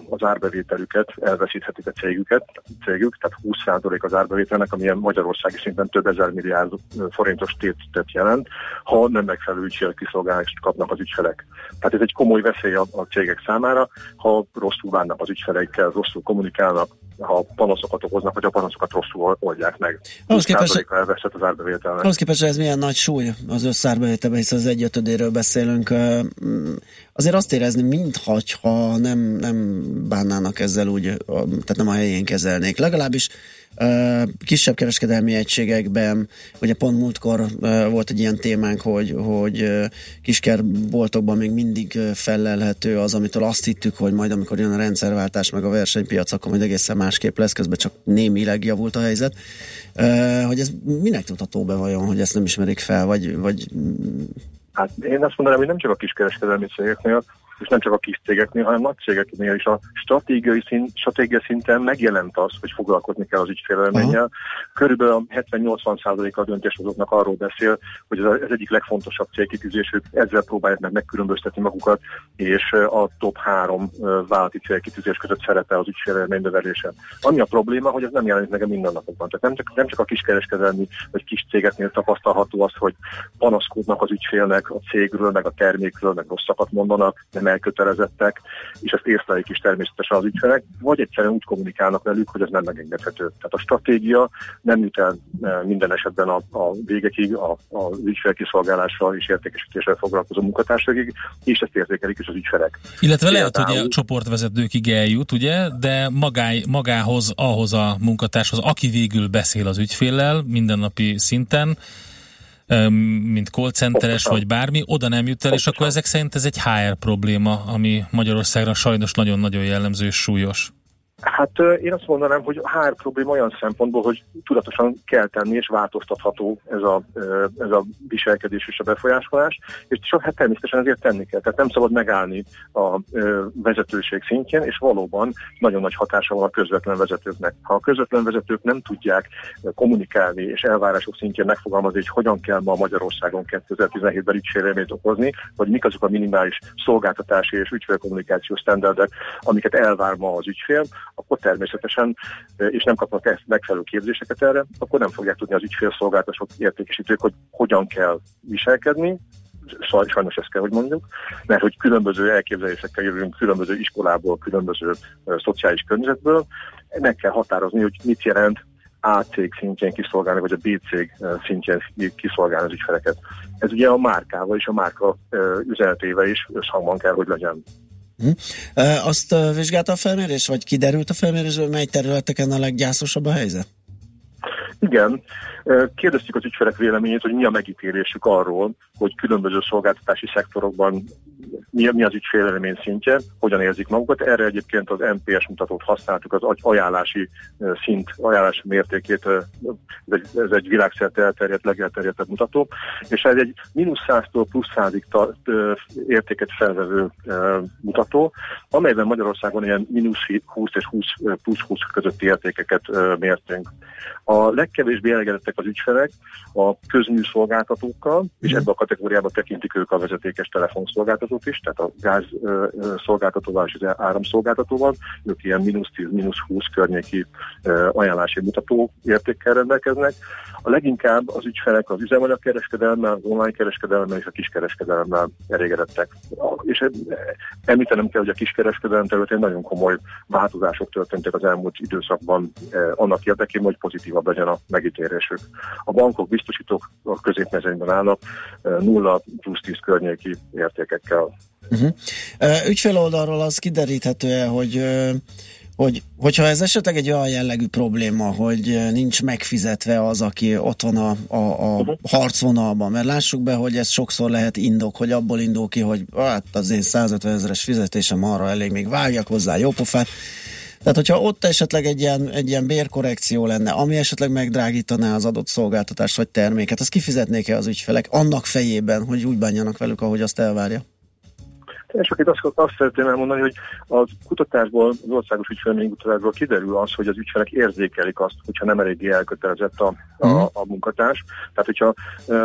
az árbevételüket, elveszíthetik a cégüket, cégük, tehát húsz százalék az árbevételnek, amilyen magyarországi szinten több ezer milliárd forintos tétet jelent, ha nem megfelelő ügyfélkiszolgálást kapnak az ügyfelek. Tehát ez egy komoly veszély a, a cégek számára, ha rosszul bánnak az ügyfeleikkel, rosszul kommunikálnak, ha panaszokat okoznak, vagy a panaszokat rosszul oldják meg. Ahhoz képest, elveszett az árbevételnek. Ahhoz képest, ez milyen nagy súly az összárbevételben, hiszen az egyötödéről beszélünk. Azért azt érezni, mintha nem, nem bánnának ezzel úgy, tehát nem a helyén kezelnék. Legalábbis kisebb kereskedelmi egységekben, ugye pont múltkor volt egy ilyen témánk, hogy, hogy kiskerboltokban még mindig fellelhető az, amitől azt hittük, hogy majd amikor jön a rendszerváltás meg a versenypiac, akkor majd egészen másképp lesz, közben csak némileg javult a helyzet. Hogy ez minek tudható be vajon, hogy ezt nem ismerik fel, vagy... vagy... Hát én azt mondanám, hogy nem csak a kiskereskedelmi cégeknél, és nem csak a kis cégeknél, hanem nagy cégeknél is a stratégiai szint, stratégia szinten megjelent az, hogy foglalkozni kell az ügyfélélménnyel. Körülbelül a hetven-nyolcvan százaléka a döntéshozóknak arról beszél, hogy ez az egyik legfontosabb célkitűzésük, ezzel próbálják meg megkülönböztetni magukat, és a top három vállalati célkitűzés között szerepel az ügyfélélmény növelése. Ami a probléma, hogy ez nem jelenik meg a mindennapokban. Tehát nem csak, nem csak a kiskereskedelmi vagy kis cégeknél tapasztalható az, hogy panaszkodnak az ügyfélnek a cégről, meg a termékről, meg rosszakat mondanak, nem elkötelezettek, és ezt észlelik is természetesen az ügyfelek, vagy egyszerűen úgy kommunikálnak velük, hogy ez nem megengedhető. Tehát a stratégia nem jut el minden esetben a, a végekig, a, a ügyfélkiszolgálással és értékesítéssel foglalkozó munkatársakig, és ezt érzékelik is az ügyfelek. Illetve lehet, hogy a csoportvezetőkig eljut, ugye, de magá, magához, ahhoz a munkatárshoz, aki végül beszél az ügyféllel mindennapi szinten, mint call centeres vagy bármi, oda nem jut el, és akkor ezek szerint ez egy há er probléma, ami Magyarországra sajnos nagyon-nagyon jellemző és súlyos. Hát én azt mondanám, hogy a há er probléma olyan szempontból, hogy tudatosan kell tenni, és változtatható ez a, ez a viselkedés és a befolyásolás, és csak hát természetesen ezért tenni kell. Tehát nem szabad megállni a vezetőség szintjén, és valóban nagyon nagy hatása van a közvetlen vezetőknek. Ha a közvetlen vezetők nem tudják kommunikálni és elvárások szintjén megfogalmazni, hogy hogyan kell ma Magyarországon kétezer-tizenhétben ügyfélélményt okozni, vagy mik azok a minimális szolgáltatási és ügyfélkommunikációs standardek, amiket elvár ma az ügyfél, akkor természetesen, és nem kapnak ezt megfelelő képzéseket erre, akkor nem fogják tudni az ügyfélszolgáltatások, értékesítők, hogy hogyan kell viselkedni. Sajnos ezt kell, hogy mondjuk, mert hogy különböző elképzelésekkel jövünk, különböző iskolából, különböző uh, szociális környezetből, meg kell határozni, hogy mit jelent A cég szintjén kiszolgálni, vagy a B cég szintjén kiszolgálni az ügyfeleket. Ez ugye a márkával és a márka uh, üzenetével is összhangban kell, hogy legyen. Hm. E, azt uh, vizsgálta a felmérés, vagy kiderült a felmérésből, mely területeken a leggyászosabb a helyzet? Igen. Kérdeztük az ügyfelek véleményét, hogy mi a megítélésük arról, hogy különböző szolgáltatási szektorokban mi, mi az ügyfélélmény szintje, hogyan érzik magukat. Erre egyébként az en pé es mutatót használtuk, az ajánlási szint, ajánlási mértékét, ez egy, ez egy világszerte elterjedt, legelterjedtebb mutató, és ez egy mínusz száztól plusz százig ta, értéket felvevő mutató, amelyben Magyarországon ilyen mínusz húsz és húsz, plusz húsz közötti értékeket mértünk. A legkevésbé elégedettek az ügyfelek a közműszolgáltatókkal, és ebbe a kategóriába tekintik ők a vezetékes telefonszolgáltatót is, tehát a gáz szolgáltatóval és az áramszolgáltatóval, ők ilyen mínusz tíz, mínusz húsz környéki ajánlási mutató értékkel rendelkeznek. A leginkább az ügyfelek az üzemanyagkereskedelemmel, az online kereskedelemmel és a kiskereskedelemmel elégedettek. És említenem kell, hogy a kiskereskedelem területén nagyon komoly változások történtek az elmúlt időszakban annak érdekében, hogy pozitívabb legyen a megítélésük. A bankok, biztosítók a középmezőnyben állnak nulla plusz tíz környéki értékekkel. Uh-huh. Uh, ügyfél oldalról az kideríthető-e, hogy uh, Hogy, hogyha ez esetleg egy olyan jellegű probléma, hogy nincs megfizetve az, aki ott van a, a, a uh-huh. harcvonalban, mert lássuk be, hogy ez sokszor lehet indok, hogy abból indul ki, hogy hát az én százötven ezeres fizetésem arra elég, még vágjak hozzá jó pofát. Tehát, hogyha ott esetleg egy ilyen, egy ilyen bérkorrekció lenne, ami esetleg megdrágítaná az adott szolgáltatást vagy terméket, azt kifizetnék-e az ügyfelek annak fejében, hogy úgy bánjanak velük, ahogy azt elvárja? És akit azt, azt szeretném elmondani, hogy a kutatásból, az országos ügyfélélménykutatásból kiderül az, hogy az ügyfelek érzékelik azt, hogyha nem eléggé elkötelezett a, a, a munkatárs. Tehát, hogyha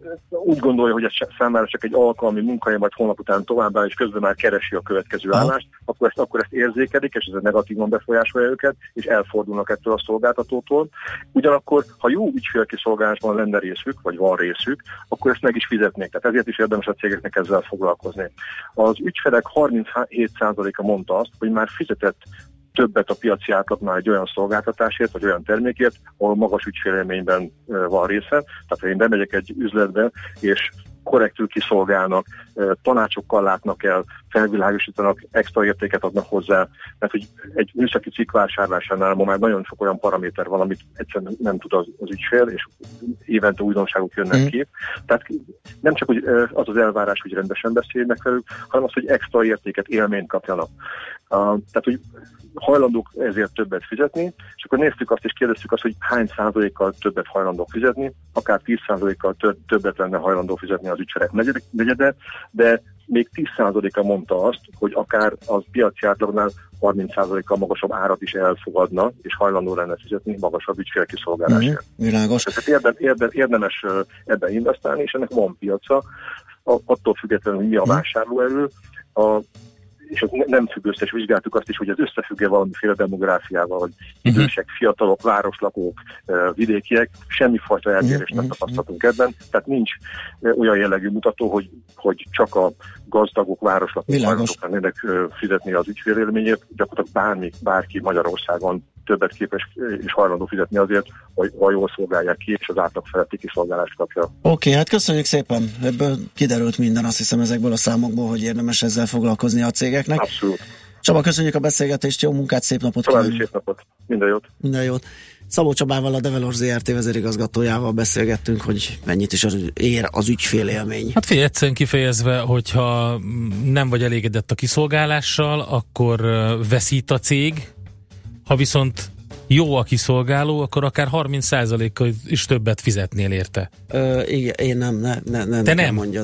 úgy gondolja, hogy ez számára csak egy alkalmi munkahely, majd holnap után továbbá, és közben már keresi a következő állást, akkor ezt, akkor ezt érzékelik, és ez negatívan befolyásolja őket, és elfordulnak ettől a szolgáltatótól. Ugyanakkor, ha jó ügyfélkiszolgálásban lenne részük, vagy van részük, akkor ezt meg is fizetnék. Tehát ezért is érdemes a cégeknek ezzel foglalkozni. Az ügyfelek harminchét százaléka mondta azt, hogy már fizetett többet a piaci átlagnál egy olyan szolgáltatásért, vagy olyan termékért, ahol magas ügyfélélményben van része. Tehát ha én bemegyek egy üzletbe, és korrektül kiszolgálnak, tanácsokkal látnak el, felvilágosítanak, extra értéket adnak hozzá, mert hogy egy műszaki cikk vásárlásánál ma már nagyon sok olyan paraméter van, amit egyszerűen nem tud az, az ügyfél, és évente újdonságok jönnek mm. ki. Tehát nem csak hogy az az elvárás, hogy rendesen beszélnek velük, hanem az, hogy extra értéket, élményt kapjanak. Uh, tehát, hogy hajlandók ezért többet fizetni, és akkor néztük azt és kérdeztük azt, hogy hány százalékkal többet hajlandók fizetni, akár tíz százalékkal többet lenne hajlandó fizetni az ügyfelek negyede, de még tíz százaléka mondta azt, hogy akár az piaci átlagnál harminc százalékkal magasabb árat is elfogadna, és hajlandó lenne fizetni magasabb ügyfélkiszolgálásért. Mm, világos. Tehát érde, érde, érdemes ebben investálni, és ennek van piaca, attól függetlenül, hogy mi a vásárlóerő, a és nem függ össze, és vizsgáltuk azt is, hogy ez összefügg-e valamiféle demográfiával, hogy idősek, fiatalok, városlakók, vidékiek, semmifajta eltérést nem tapasztaltunk ebben, tehát nincs olyan jellegű mutató, hogy, hogy csak a gazdagok, városlakók, városok lennének fizetni az ügyfélélményért, gyakorlatilag bármi, bárki Magyarországon többet képes és hajlandó fizetni azért, hogy jól szolgálják ki, és az átlag feletti kiszolgálást kapja. Oké, okay, hát köszönjük szépen. Ebből kiderült minden, azt hiszem ezekből a számokból, hogy érdemes ezzel foglalkozni a cégeknek. Abszolút. Csaba, köszönjük a beszélgetést, jó munkát, szép napot kívánunk. Szép napot, minden jót. Minden jót. Szabó Csabával, a Develor zé er té vezérigazgatójával beszélgettünk, hogy mennyit is ér az ügyfélélmény. Hát figyelj, egyszerűen kifejezve, hogyha nem vagy elégedett a kiszolgálással, akkor veszít a cég. Ha viszont jó a kiszolgáló, akkor akár harminc százalékkal is többet fizetnél érte. Ö, igen, én nem, ne, ne, ne Te nem mondjad.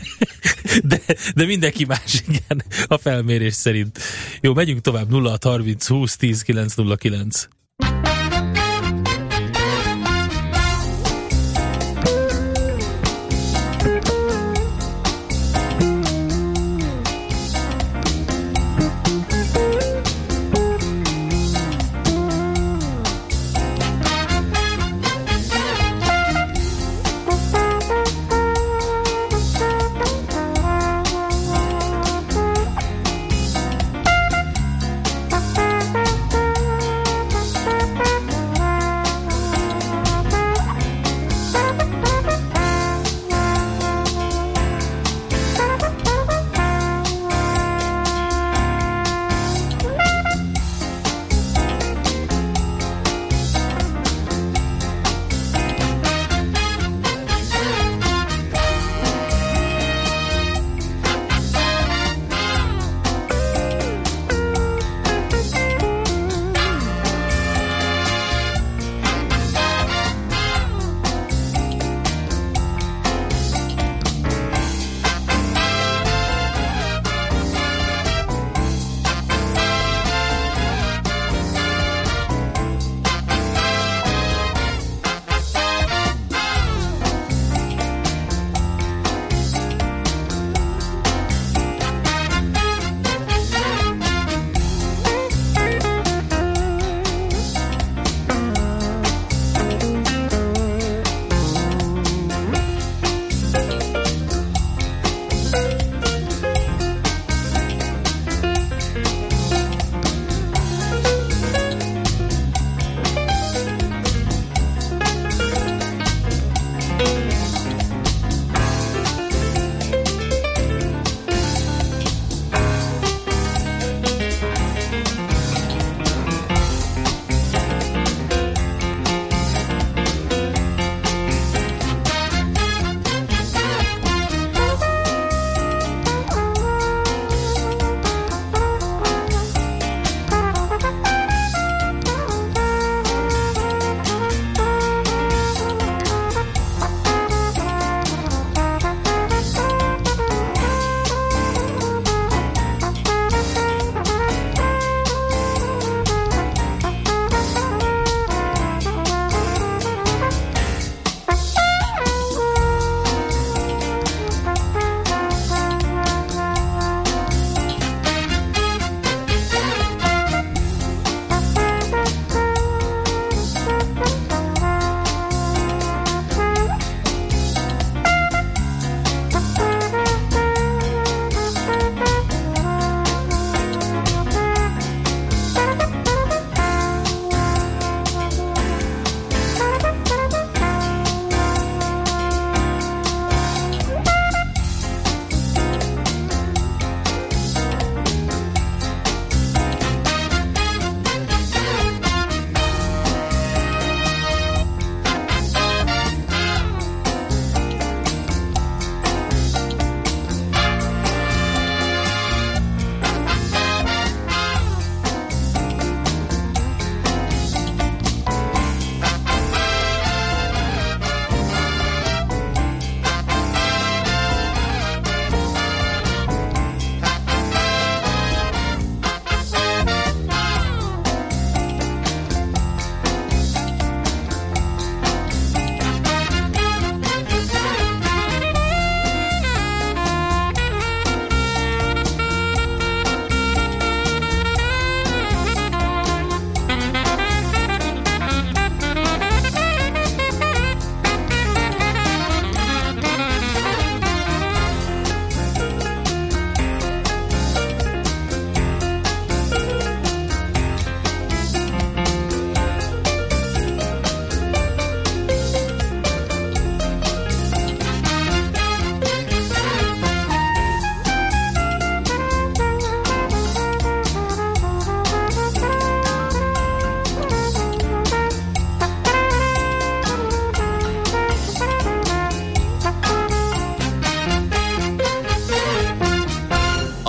de, de mindenki más, igen, a felmérés szerint. Jó, megyünk tovább, nulla hat harminc húsz tíz kilenc nulla kilenc.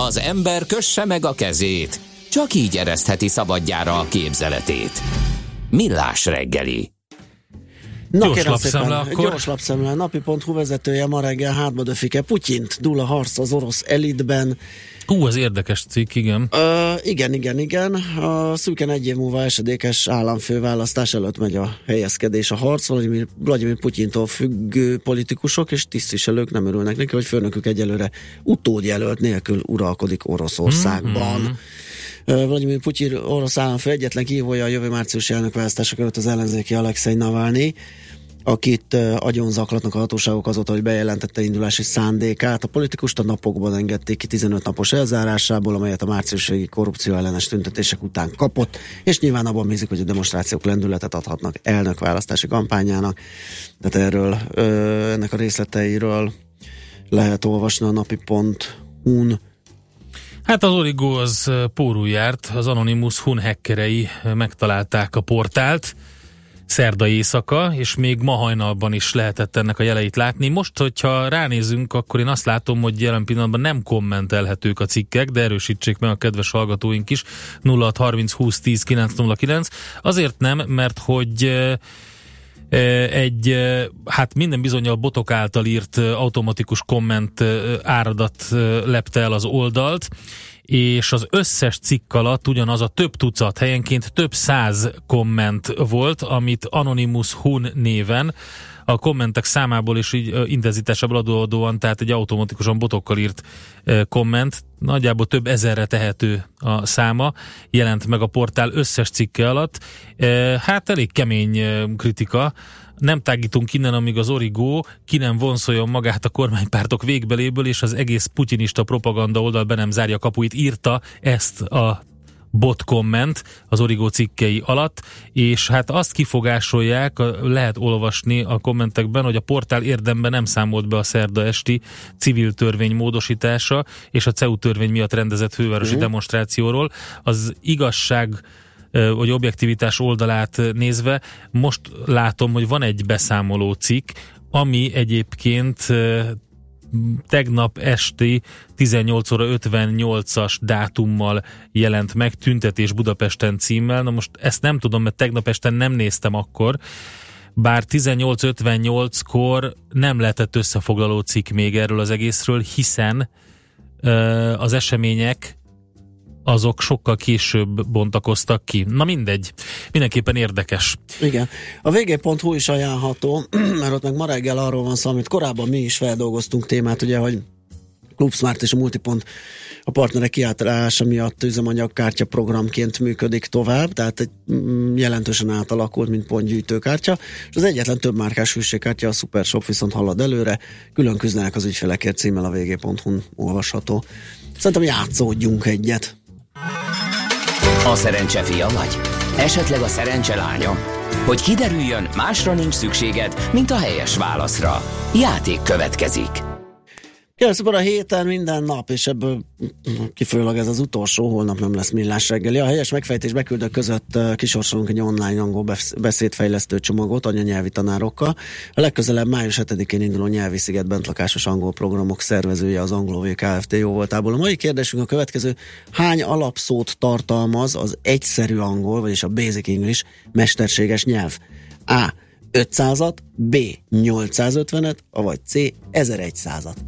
Az ember kösse meg a kezét, csak így eresztheti szabadjára a képzeletét. Millás reggeli. Na, gyors lapszemle akkor. Gyors lapszemle. Napi pont hu vezetője ma reggel hátba döfike Putyint, dúl a harc az orosz elitben. Hú, ez érdekes cikk, igen. Uh, igen, igen, igen. A szűken egy év múlva esedékes államfőválasztás előtt megy a helyezkedés, a harc. Vladimir, Vladimir Putyintól függő politikusok és tisztviselők nem örülnek neki, hogy főnökük egyelőre utódjelölt nélkül uralkodik Oroszországban. Mm-hmm. Vladimir Putyin orosz államfő egyetlen kihívója a jövő márciusi elnökválasztások előtt az ellenzéki Alexei Navalnyi, akit uh, agyonzaklatnak a hatóságok azóta, hogy bejelentette indulási szándékát. A politikust a napokban engedték ki tizenöt napos elzárásából, amelyet a márciusi korrupció ellenes tüntetések után kapott, és nyilván abban bízik, hogy a demonstrációk lendületet adhatnak elnökválasztási kampányának. Tehát erről, uh, ennek a részleteiről lehet olvasni a napi pont hu-n. Hát az Origo az pórul járt, az Anonymous Hun hackerei megtalálták a portált szerda éjszaka, és még ma hajnalban is lehetett ennek a jeleit látni. Most, hogyha ránézünk, akkor én azt látom, hogy jelen pillanatban nem kommentelhetők a cikkek, de erősítsék meg a kedves hallgatóink is. nulla hat harminc húsz tíz kilenc nulla kilenc. Azért nem, mert hogy egy, hát minden bizonnyal botok által írt automatikus komment áradat lepte el az oldalt, és az összes cikk alatt ugyanaz a több tucat, helyenként több száz komment volt, amit Anonymous Hun néven a kommentek számából és így intenzitásából adódóan, tehát egy automatikusan botokkal írt komment, nagyjából több ezerre tehető a száma, jelent meg a portál összes cikke alatt. Hát elég kemény kritika. Nem tágítunk innen, amíg az Origo ki nem vonszoljon magát a kormánypártok végbeléből, és az egész putyinista propaganda oldal be nem zárja kapuit, írta ezt a bot komment az Origo cikkei alatt, és hát azt kifogásolják, lehet olvasni a kommentekben, hogy a portál érdemben nem számolt be a szerda esti civil törvény módosítása és a cé e u törvény miatt rendezett fővárosi uh-huh. demonstrációról. Az igazság vagy objektivitás oldalát nézve most látom, hogy van egy beszámoló cikk, ami egyébként tegnap esti tizennyolc óra ötvennyolcas dátummal jelent meg, Tüntetés Budapesten címmel. Na most ezt nem tudom, mert tegnap este nem néztem akkor, bár tizennyolc ötvennyolckor nem lehetett összefoglaló cikk még erről az egészről, hiszen uh, az események azok sokkal később bontakoztak ki. Na mindegy, mindenképpen érdekes. Igen. A vé gé pont hu is ajánlható, mert ott meg ma reggel arról van szó, amit korábban mi is feldolgoztunk témát, ugye, hogy Clubsmart és a Multipont a partnerek kiáltása miatt üzemanyagkártya programként működik tovább, tehát egy jelentősen átalakult, mint pontgyűjtőkártya, és az egyetlen több márkás hűségkártya, a Supershop viszont halad előre, külön küzdenek az ügyfelekért címmel a vé gé pont hu-n olvasható. Szerintem játszódjunk egyet. A szerencse fia vagy? Esetleg a szerencse lánya? Hogy kiderüljön, másra nincs szükséged, mint a helyes válaszra. Játék következik. Kérdezzük a héten minden nap, és ebből kifolyólag ez az utolsó, holnap nem lesz millás reggeli. A helyes megfejtés beküldők között kisorsolunk egy online angol beszédfejlesztő csomagot anyanyelvi tanárokkal. A legközelebb május hetedikén induló nyelvi sziget bentlakásos angol programok szervezője az Anglovay Kft. Jó voltából. A mai kérdésünk a következő: hány alapszót tartalmaz az egyszerű angol, vagyis a basic English mesterséges nyelv? A. ötszázat, B. nyolcszázötvenet, vagy C. ezerszázat.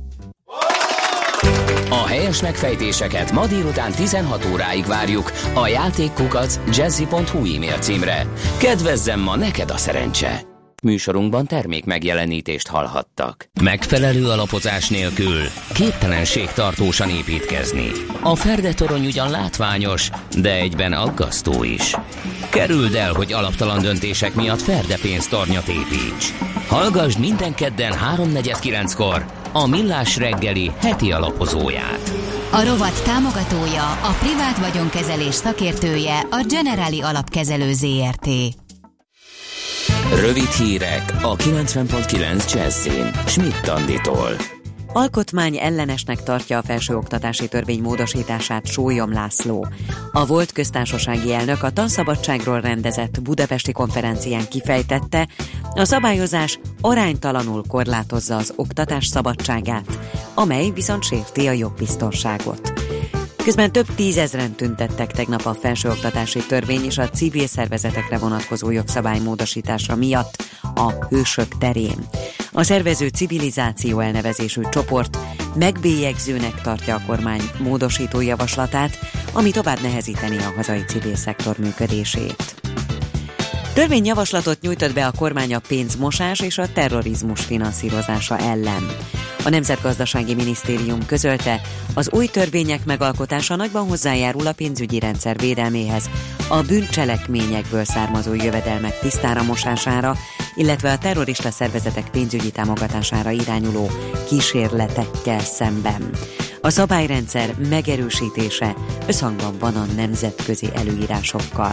A helyes megfejtéseket ma délután tizenhat óráig várjuk a játékkukac jazzy pont hu e-mail címre. Kedvezzem ma neked a szerencse! Műsorunkban termék megjelenítést hallhattak. Megfelelő alapozás nélkül képtelenség tartósan építkezni. A Ferdetorony ugyan látványos, de egyben aggasztó is. Kerüld el, hogy alaptalan döntések miatt Ferde pénztornyot építs. Hallgassd minden kedden háromnegyed kilenckor a Millás reggeli heti alapozóját. A rovat támogatója, a privát vagyonkezelés szakértője, a Generali Alapkezelő zé er té. Rövid hírek a kilencven pont kilenc Jazzin Schmidt Anditól. Alkotmány ellenesnek tartja a felsőoktatási törvény módosítását Sólyom László. A volt köztársasági elnök a tanszabadságról rendezett budapesti konferencián kifejtette, a szabályozás aránytalanul korlátozza az oktatás szabadságát, amely viszont sérti a jogbiztonságot. Közben több tízezren tüntettek tegnap a felsőoktatási törvény és a civil szervezetekre vonatkozó jogszabálymódosításra miatt a Hősök terén. A szervező Civilizáció elnevezésű csoport megbélyegzőnek tartja a kormány módosító javaslatát, ami tovább nehezíteni a hazai civil szektor működését. Törvényjavaslatot nyújtott be a kormány a pénzmosás és a terrorizmus finanszírozása ellen. A Nemzetgazdasági Minisztérium közölte, az új törvények megalkotása nagyban hozzájárul a pénzügyi rendszer védelméhez, a bűncselekményekből származó jövedelmek tisztára mosására, illetve a terrorista szervezetek pénzügyi támogatására irányuló kísérletekkel szemben. A szabályrendszer megerősítése összhangban van a nemzetközi előírásokkal.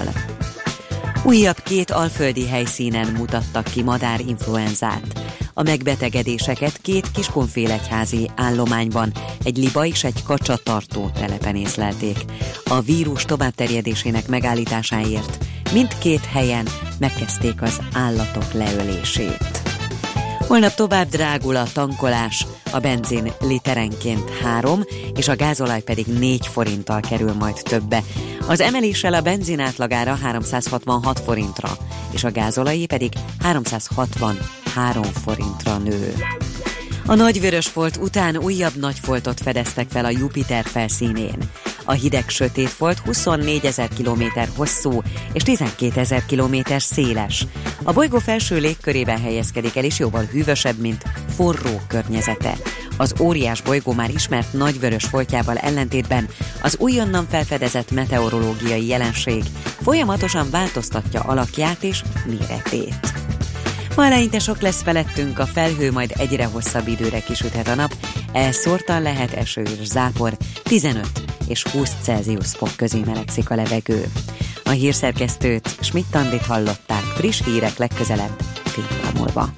Újabb két alföldi helyszínen mutattak ki madárinfluenzát. A megbetegedéseket két Kiskunfélegyházi állományban, egy liba és egy kacsatartó telepen észlelték. A vírus továbbterjedésének megállításáért mindkét helyen megkezdték az állatok leölését. Holnap tovább drágul a tankolás, a benzin literenként három, és a gázolaj pedig négy forinttal kerül majd többe. Az emeléssel a benzin átlagára háromszázhatvanhat forintra, és a gázolajé pedig háromszázhatvanhárom forintra nő. A nagyvörösfolt után újabb nagyfoltot fedeztek fel a Jupiter felszínén. A hideg sötét folt huszonnégyezer kilométer hosszú és tizenkétezer kilométer széles. A bolygó felső légkörében helyezkedik el, és jóval hűvösebb, mint forró környezete. Az óriás bolygó már ismert nagyvörös foltjával ellentétben az újonnan felfedezett meteorológiai jelenség folyamatosan változtatja alakját és méretét. Ma eleinte sok lesz felettünk, a felhő, majd egyre hosszabb időre kisüthet a nap, elszórtan lehet eső és zápor, tizenöt és húsz Celsius fok közé melegszik a levegő. A hírszerkesztőt, Schmidt-Tandit hallották, friss hírek legközelebb fél óra múlva.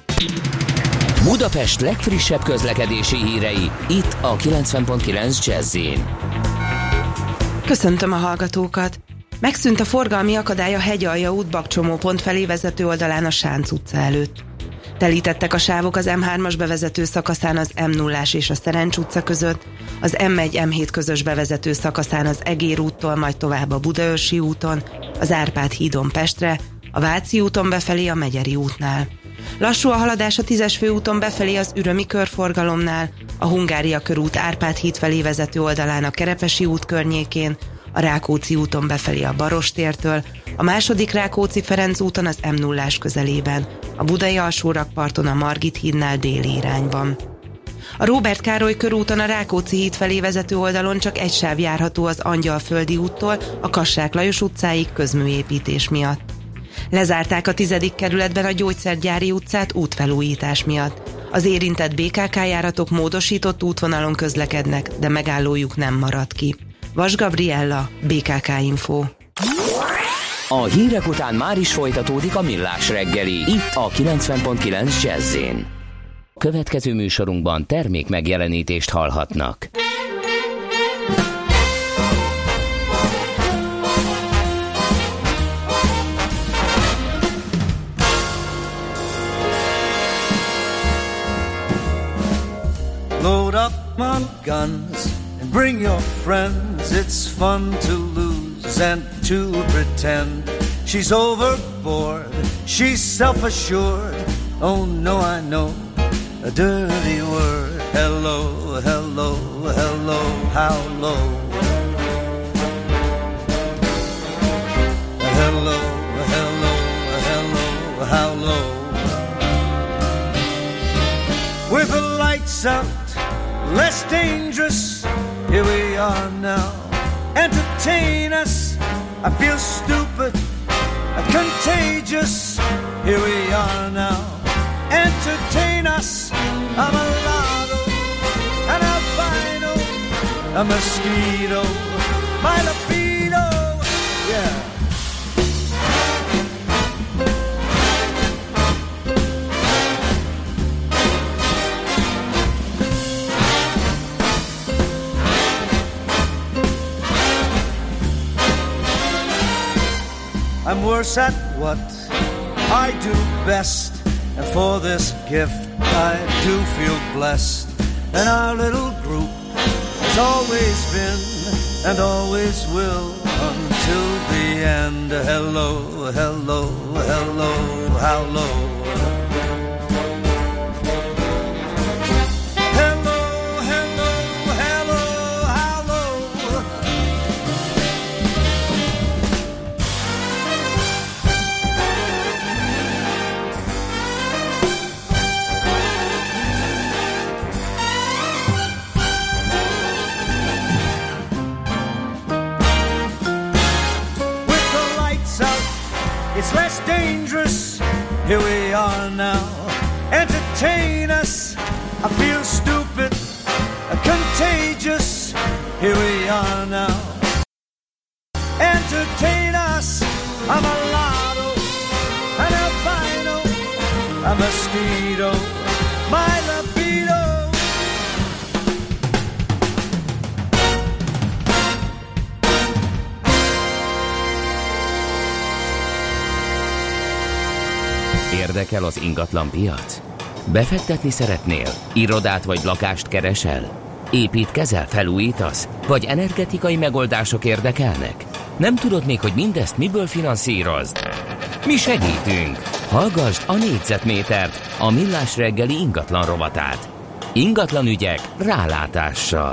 Budapest legfrissebb közlekedési hírei, itt a kilencven pont kilenc Jazz-in. Köszöntöm a hallgatókat! Megszűnt a forgalmi akadály a Hegyalja út Bakcsomópont felé vezető oldalán a Sánc utca előtt. Telítettek a sávok az em hármas bevezető szakaszán az em nullás és a Szerencs utca között, az em egy em hét közös bevezető szakaszán az Egér úttól, majd tovább a Budaörsi úton, az Árpád hídon Pestre, a Váci úton befelé a Megyeri útnál. Lassú a haladás a tízes főúton befelé az Ürömi körforgalomnál, a Hungária körút Árpád híd felé vezető oldalán a Kerepesi út környékén, a Rákóczi úton befelé a Barostértől, a második Rákóczi-Ferenc úton az em nullás közelében, a Budai alsórakparton a Margit hídnál déli irányban. A Róbert Károly körúton a Rákóczi híd felé vezető oldalon csak egy sáv járható az Angyalföldi úttól a Kassák Lajos utcáig közműépítés miatt. Lezárták a tizedik kerületben a Gyógyszergyári utcát útfelújítás miatt. Az érintett bé ká ká járatok módosított útvonalon közlekednek, de megállójuk nem marad ki. Vas Gabriella, bé ká ká Info. A hírek után már is folytatódik a Millás reggeli, itt a kilencven pont kilenc Jazz-in. Következő műsorunkban termék megjelenítést hallhatnak. Load up my guns and bring your friends. It's fun to lose and to pretend. She's overboard, she's self-assured. Oh no, I know a dirty word. Hello, hello, hello, how low? Hello, hello, hello, how low? With the lights out, less dangerous, here we are now. Entertain us, I feel stupid, contagious, here we are now. Entertain us, I'm a lotto, an albino, a mosquito, my libido, yeah. I'm worse at what I do best, and for this gift I do feel blessed. And our little group has always been and always will until the end. Hello, hello, hello, how low? Hello, hello, hello, how low? It's less dangerous, here we are now. Entertain us, I feel stupid, contagious, here we are now. Entertain us, I'm a lotto, an albino, a mosquito, my libido. Érdekel az ingatlan piac? Befektetni szeretnél? Irodát vagy lakást keresel? Építkezel, felújítasz? Vagy energetikai megoldások érdekelnek? Nem tudod még, hogy mindezt miből finanszírozd? Mi segítünk! Hallgasd a négyzetmétert, a Millás reggeli ingatlan rovatát. Ingatlan ügyek rálátással.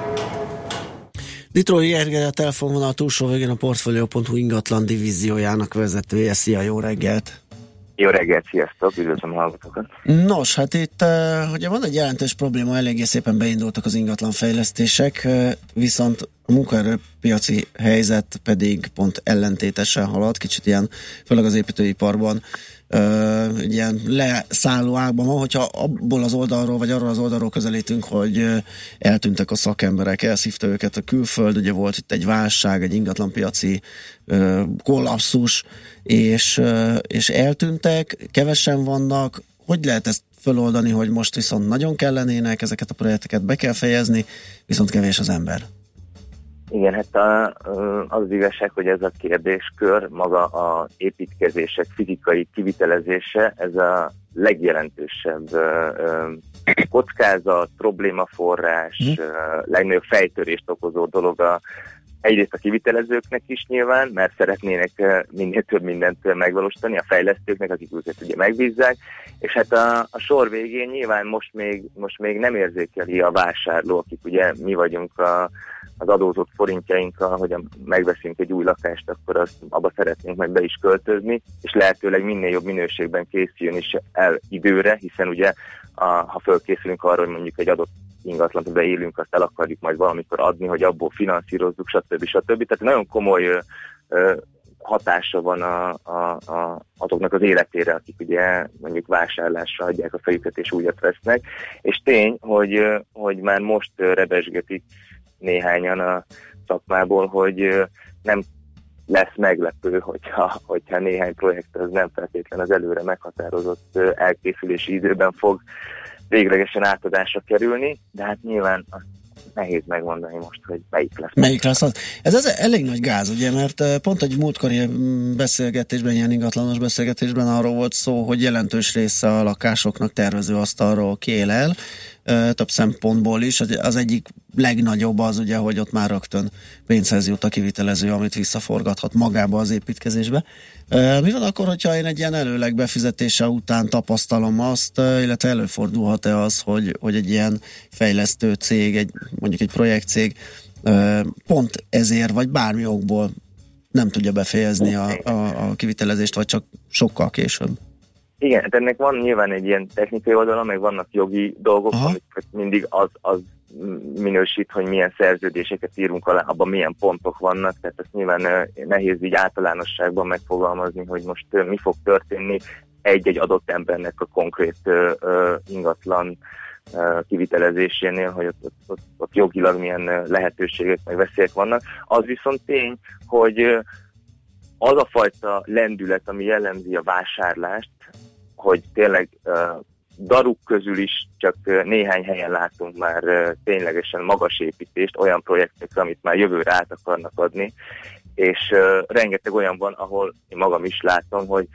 Ditrói Gergely a telefonvonal túlsó végén a Portfolio pont hu ingatlan divíziójának vezetője. Szia, jó reggelt! Jó reggelt, sziasztok, üdvözlöm a hallgatókat. Nos, hát itt uh, ugye van egy jelentős probléma, eléggé szépen beindultak az ingatlan fejlesztések, uh, viszont a munkaerőpiaci helyzet pedig pont ellentétesen halad, kicsit ilyen, főleg az építőiparban uh, egy ilyen leszálló ágban van, hogyha abból az oldalról, vagy arról az oldalról közelítünk, hogy uh, eltűntek a szakemberek, elszívta őket a külföld, ugye volt itt egy válság, egy ingatlanpiaci uh, kollapszus, és, uh, és eltűntek, kevesen vannak. Hogy lehet ezt föloldani, hogy most viszont nagyon kellenének, ezeket a projekteket be kell fejezni, viszont kevés az ember? Igen, hát a, az, az igazság, hogy ez a kérdéskör, maga az építkezések fizikai kivitelezése, ez a legjelentősebb kockázat, problémaforrás, mm. legnagyobb fejtörést okozó dolog a egyrészt a kivitelezőknek is nyilván, mert szeretnének minél több mindent megvalósítani, a fejlesztőknek, akik őket ugye megbízzák, és hát a, a sor végén nyilván most még, most még nem érzékeli a vásárló, akik ugye mi vagyunk a, az adózott forintjainkkal, hogy megveszünk egy új lakást, akkor azt abba szeretnénk majd be is költözni, és lehetőleg minél jobb minőségben készüljön is el időre, hiszen ugye a, ha fölkészülünk arra, hogy mondjuk egy adott ingatlant, amiben élünk, azt el akarjuk majd valamikor adni, hogy abból finanszírozzuk, stb. stb. Tehát nagyon komoly ö, ö, hatása van a, a, a, azoknak az életére, akik ugye mondjuk vásárlásra adják a fejüket és újat vesznek. És tény, hogy, hogy már most rebesgetik néhányan a szakmából, hogy nem lesz meglepő, hogyha, hogyha néhány projekt az nem feltétlen az előre meghatározott elkészülési időben fog véglegesen átadásra kerülni, de hát nyilván azt nehéz megmondani most, hogy melyik lesz. Melyik lesz az? Ez, ez elég nagy gáz, ugye, mert pont egy múltkori beszélgetésben, ilyen ingatlanos beszélgetésben arról volt szó, hogy jelentős része a lakásoknak tervezőasztalról kél el, több szempontból is. Az egyik legnagyobb az ugye, hogy ott már rögtön pénzhez jut a kivitelező, amit visszaforgathat magába az építkezésbe. Mi van akkor, hogyha én egy ilyen előleg befizetése után tapasztalom azt, illetve előfordulhat-e az, hogy, hogy egy ilyen fejlesztő cég, egy, mondjuk egy projektcég pont ezért, vagy bármi okból nem tudja befejezni a, a, a kivitelezést, vagy csak sokkal később? Igen, hát ennek van nyilván egy ilyen technikai oldala, meg vannak jogi dolgok, Aha. amiket mindig az, az minősít, hogy milyen szerződéseket írunk alá, abban milyen pontok vannak, tehát ezt nyilván nehéz így általánosságban megfogalmazni, hogy most mi fog történni egy-egy adott embernek a konkrét uh, ingatlan uh, kivitelezésénél, hogy ott, ott, ott, ott jogilag milyen lehetőségek meg veszélyek vannak. Az viszont tény, hogy az a fajta lendület, ami jellemzi a vásárlást, hogy tényleg uh, daruk közül is csak uh, néhány helyen látunk már uh, ténylegesen magas építést, olyan projektekre, amit már jövőre át akarnak adni, és uh, rengeteg olyan van, ahol én magam is látom, hogy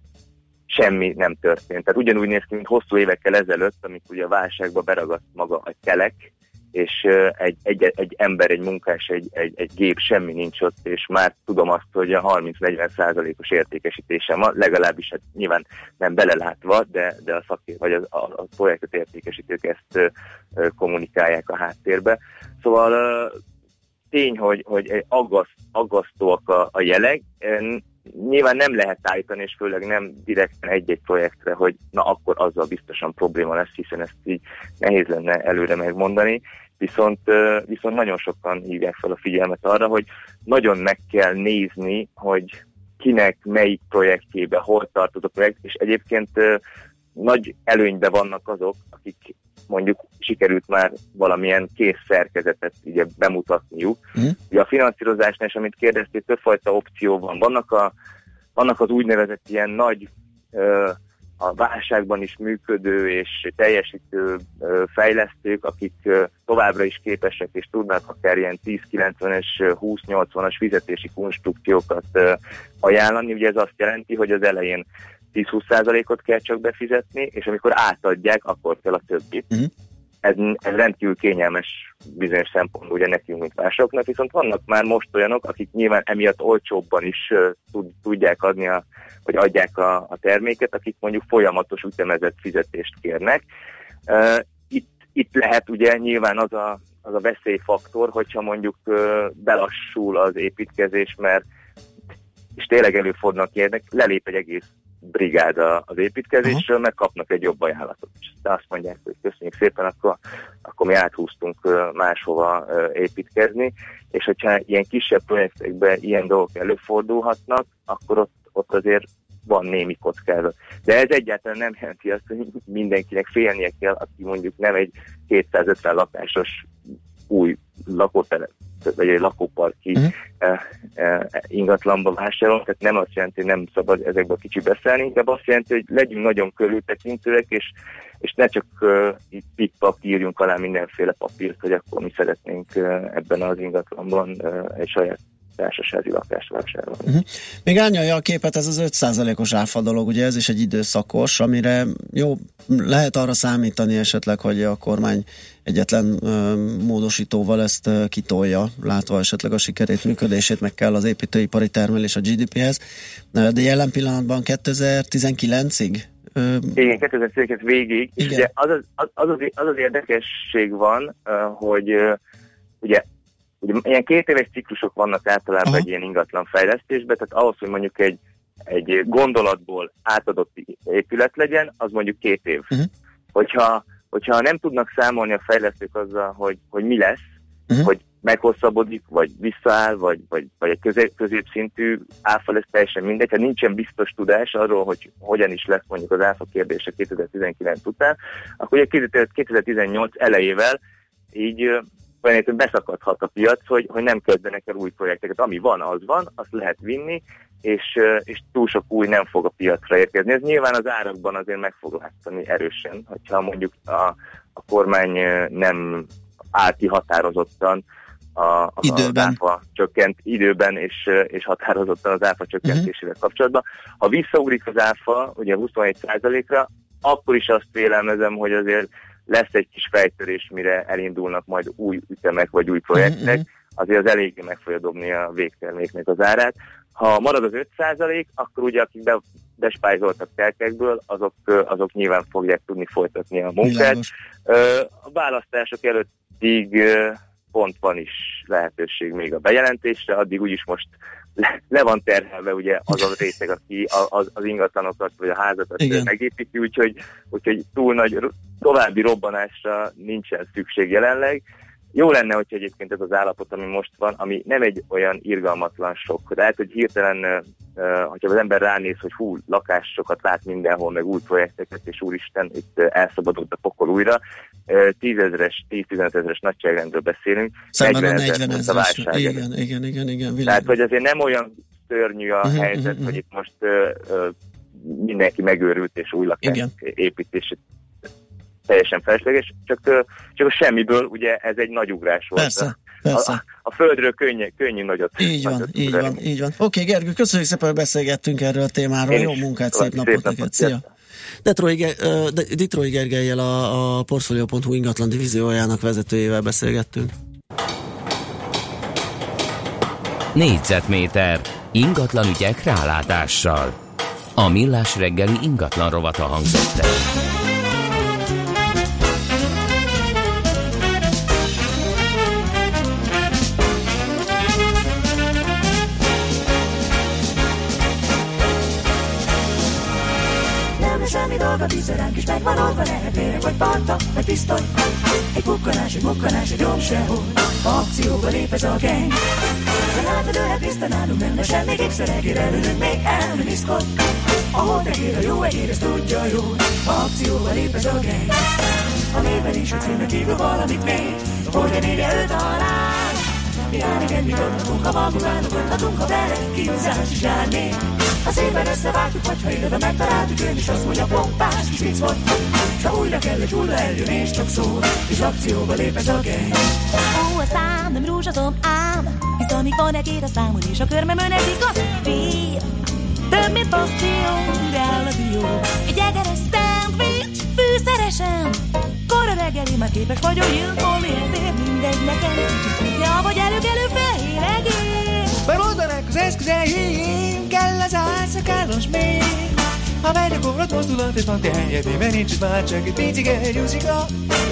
semmi nem történt. Tehát ugyanúgy néz ki, mint hosszú évekkel ezelőtt, amikor ugye a válságba beragadt maga a telek, és egy, egy, egy ember, egy munkás, egy, egy, egy gép, semmi nincs ott, és már tudom azt, hogy a harminc-negyven százalékos értékesítésem van, legalábbis hát nyilván nem belelátva, de, de a szakért, vagy a, a, a projektet értékesítők ezt uh, kommunikálják a háttérbe. Szóval uh, tény, hogy, hogy aggaszt, aggasztóak a, a jelek. Nyilván nem lehet állítani, és főleg nem direkten egy-egy projektre, hogy na akkor azzal biztosan probléma lesz, hiszen ezt így nehéz lenne előre megmondani. Viszont, viszont nagyon sokan hívják fel a figyelmet arra, hogy nagyon meg kell nézni, hogy kinek, melyik projektjébe, hol tart az a projekt, és egyébként nagy előnyben vannak azok, akik mondjuk sikerült már valamilyen kész szerkezetet ugye bemutatniuk. Mm. Ugye a finanszírozásnál, és amit kérdeztél, többfajta opció van. Vannak, a, vannak az úgynevezett ilyen nagy, ö, a válságban is működő és teljesítő ö, fejlesztők, akik ö, továbbra is képesek és tudnak akár ilyen tíz-kilencvenes, húsz-nyolcvanas fizetési konstrukciókat ö, ajánlani. Ugye ez azt jelenti, hogy az elején tíz-húsz százalékot kell csak befizetni, és amikor átadják, akkor kell a többit. Uh-huh. Ez, ez rendkívül kényelmes bizonyos szempontból ugye nekünk, mint vásárlóknak, viszont vannak már most olyanok, akik nyilván emiatt olcsóbban is uh, tud, tudják adni, a, vagy adják a, a terméket, akik mondjuk folyamatos ütemezett fizetést kérnek. Uh, itt, itt lehet ugye nyilván az a, az a veszélyfaktor, hogyha mondjuk uh, belassul az építkezés, mert és tényleg előfordulnak ilyenek, lelép egy egész brigád az építkezésről, meg kapnak egy jobb ajánlatot. És azt mondják, hogy köszönjük szépen, akkor, akkor mi áthúztunk máshova építkezni, és hogyha ilyen kisebb projektekben ilyen dolgok előfordulhatnak, akkor ott, ott azért van némi kockázat. De ez egyáltalán nem jelenti azt, hogy mindenkinek félnie kell, aki mondjuk nem egy kétszázötven lakásos új lakótelep, vagy egy lakóparki uh-huh. eh, eh, ingatlanba vásárolni, tehát nem azt jelenti, hogy nem szabad ezekbe a kicsi beszélni, inkább azt jelenti, hogy legyünk nagyon körültekintőek, és, és ne csak uh, itt pik-pap írjunk alá mindenféle papírt, hogy akkor mi szeretnénk uh, ebben az ingatlanban uh, egy saját társasági lakást vásárolni. Uh-huh. Még árnyalja a képet ez az öt százalékos áfa dolog, ugye ez is egy időszakos, amire jó, lehet arra számítani esetleg, hogy a kormány egyetlen uh, módosítóval ezt uh, kitolja, látva esetleg a sikerét, működését, meg kell az építőipari termelés a gé dé péhez, uh, de jelen pillanatban kétezer-tizenkilencig? Uh, Igen, kétezer-tizenkilenc végig, és ugye az az, az, az, az az érdekesség van, uh, hogy uh, ugye Ugye ilyen két éves ciklusok vannak általában Aha. egy ilyen ingatlan fejlesztésben, tehát ahhoz, hogy mondjuk egy, egy gondolatból átadott épület legyen, az mondjuk két év. Uh-huh. Hogyha, hogyha nem tudnak számolni a fejlesztők azzal, hogy, hogy mi lesz, uh-huh. hogy meghosszabbodik, vagy visszaáll, vagy, vagy, vagy egy közép, középszintű áfa lesz, teljesen mindegy, ha nincsen biztos tudás arról, hogy hogyan is lesz mondjuk az áfa kérdése kétezer-tizenkilenc után, akkor ugye kétezer-tizennyolc elejével így olyan beszakadhat a piac, hogy, hogy nem kezdenek el új projekteket. Ami van, az van, azt lehet vinni, és, és túl sok új nem fog a piacra érkezni. Ez nyilván az árakban azért meg fog látszani erősen, hogyha mondjuk a, a kormány nem áll ki határozottan a, a, az áfa csökkent időben, és, és határozottan az áfa csökkentésével uh-huh. kapcsolatban. Ha visszaugrik az áfa, ugye huszonegy százalékra, akkor is azt vélelmezem, hogy azért lesz egy kis fejtörés, mire elindulnak majd új ütemek vagy új projektek, uh-huh. azért az eléggé meg fogja dobni a végterméknek az árát. Ha marad az öt százalék, akkor ugye akik be, bespájzoltak telkekből, azok, azok nyilván fogják tudni folytatni a munkát. Világos. A választások előttig pont van is lehetőség még a bejelentésre, addig úgyis most le, le van terhelve ugye az a réteg, aki az, az ingatlanokat vagy a házakat Igen. megépíti, úgyhogy, úgyhogy túl nagy további robbanásra nincsen szükség jelenleg. Jó lenne, hogyha egyébként ez az állapot, ami most van, ami nem egy olyan irgalmatlan sok. Tehát, hogy hirtelen, uh, hogyha az ember ránéz, hogy hú, lakásokat lát mindenhol, meg új projekteket, és úristen, itt uh, elszabadult a pokol újra, uh, tízezres, tíz-tizenezres nagyságrendről beszélünk. Szemben a negyvenezres. Igen, igen, igen, igen. Tehát, hogy azért nem olyan szörnyű a uh-huh, helyzet, uh-huh. hogy itt most uh, uh, mindenki megőrült, és új lakás építését teljesen felesleges, csak, csak a semmiből ugye ez egy nagy ugrás volt. Persze, a, persze. A, a földről könnyű, könnyű nagyot. Így van, nagyot így van, így van. Oké, okay, Gergő, köszönjük szépen, hogy beszélgettünk erről a témáról. Én Jó munkát, szép napot neked. Szia! Detroit, uh, Detroit Gergellyel, a, a Portfolio pont hu ingatlan divíziójának vezetőjével beszélgettünk. Négyzetméter ingatlan ügyek rálátással. A Millás reggeli ingatlan rovata hangzott el. Semmi dolga, vízre ránk is megvan oldva, lehet méreg vagy parta, vagy pisztoly. Egy bukkanás, egy bukkanás, egy jobb sehol, akcióba lép ez a gang. De látod, őhet tiszta nálunk, nem lesz semmi kékszeregér, előnünk még elmeniszkod. Ahol tegér a jó egér, ezt tudja jól, akcióba lép ez a gang. A néven is a címnek kívül valamit még, hogy írja őt alá. Mi áll, mi gondolatunk, a magunk gondolatunk, ha vele kihúzás is jár még. Ha szépen összevágtuk, vagy ha élve megtaláltuk, ön is azt mondja, pompás kis vicc volt. S ha újra kell, hogy hulla eljön és csak szól, és akcióba lép ez a gang. Ó, a szám nem rózsazom ám, hisz amíg van egér a számon, és a körmömön ezik az fél. Több mint passzió, de áll a dió. Egy egeres szendvics, fűszeresen. Kora reggeli, már képes vagyok gyilkolni, ezért mindegy nekem. Kicsi szintje, vagy előkelő fehér egér. Bemoldanak az eszközeim, kell az álszakálos még. Ha megy a korlat mozdulat, és van teljében nincs itt már csak egy picike nyúzika.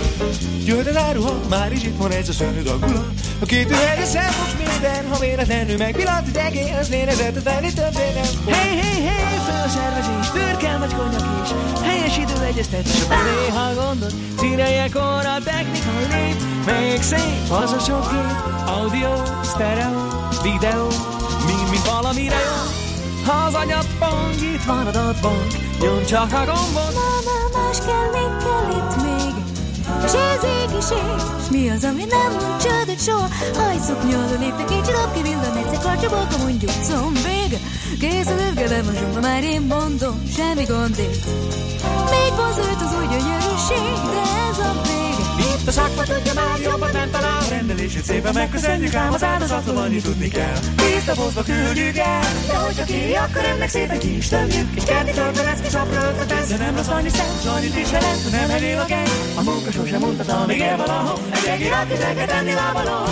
Jöhet az áruha, már is itt van ez a szörnyű dagulat. A két üveges szemfogs minden, ha véletlenül megvillant egy egész lélegzett, az ennél többé nem. Hey, hey, hey, föl a szervezés, bőrkel vagy konyak is. Helyes idő egyeztetés, a néha gondot. Színeljekor a technika lép, még szép az a sok gép. Audio, stereo, videó, mind-mind valamire jó. Ha az anyagbank, itt van adatbank, nyom csak a gombot. Na, na, más kell, még kell itt még. És ez ég is ég. S mi az, ami nem mond csődöt soha? Hajszok nyolva léptek, egy csodap kivillan, egyszer karcsabolka mondjuk combig. Kész a lövgebe van zsomba, már én mondom, semmi gond itt. Még vonzult az új gyönyörűség, de ez a vég. Itt a szakma tudja már jobban nem talál. A rendelését szépen megköszönjük, ám az áldozatról annyi tudni kell. Tisztapozva küldjük el, de hogyha kéri, akkor ennek szépen ki is tömjük. És kerti törtelesz, kis apró ötletesz, de nem rossz annyi szent, annyit is jelent, nem elél a geny. A munka sosem mondta, még él valahol, egy egérat ideget enni lábaló.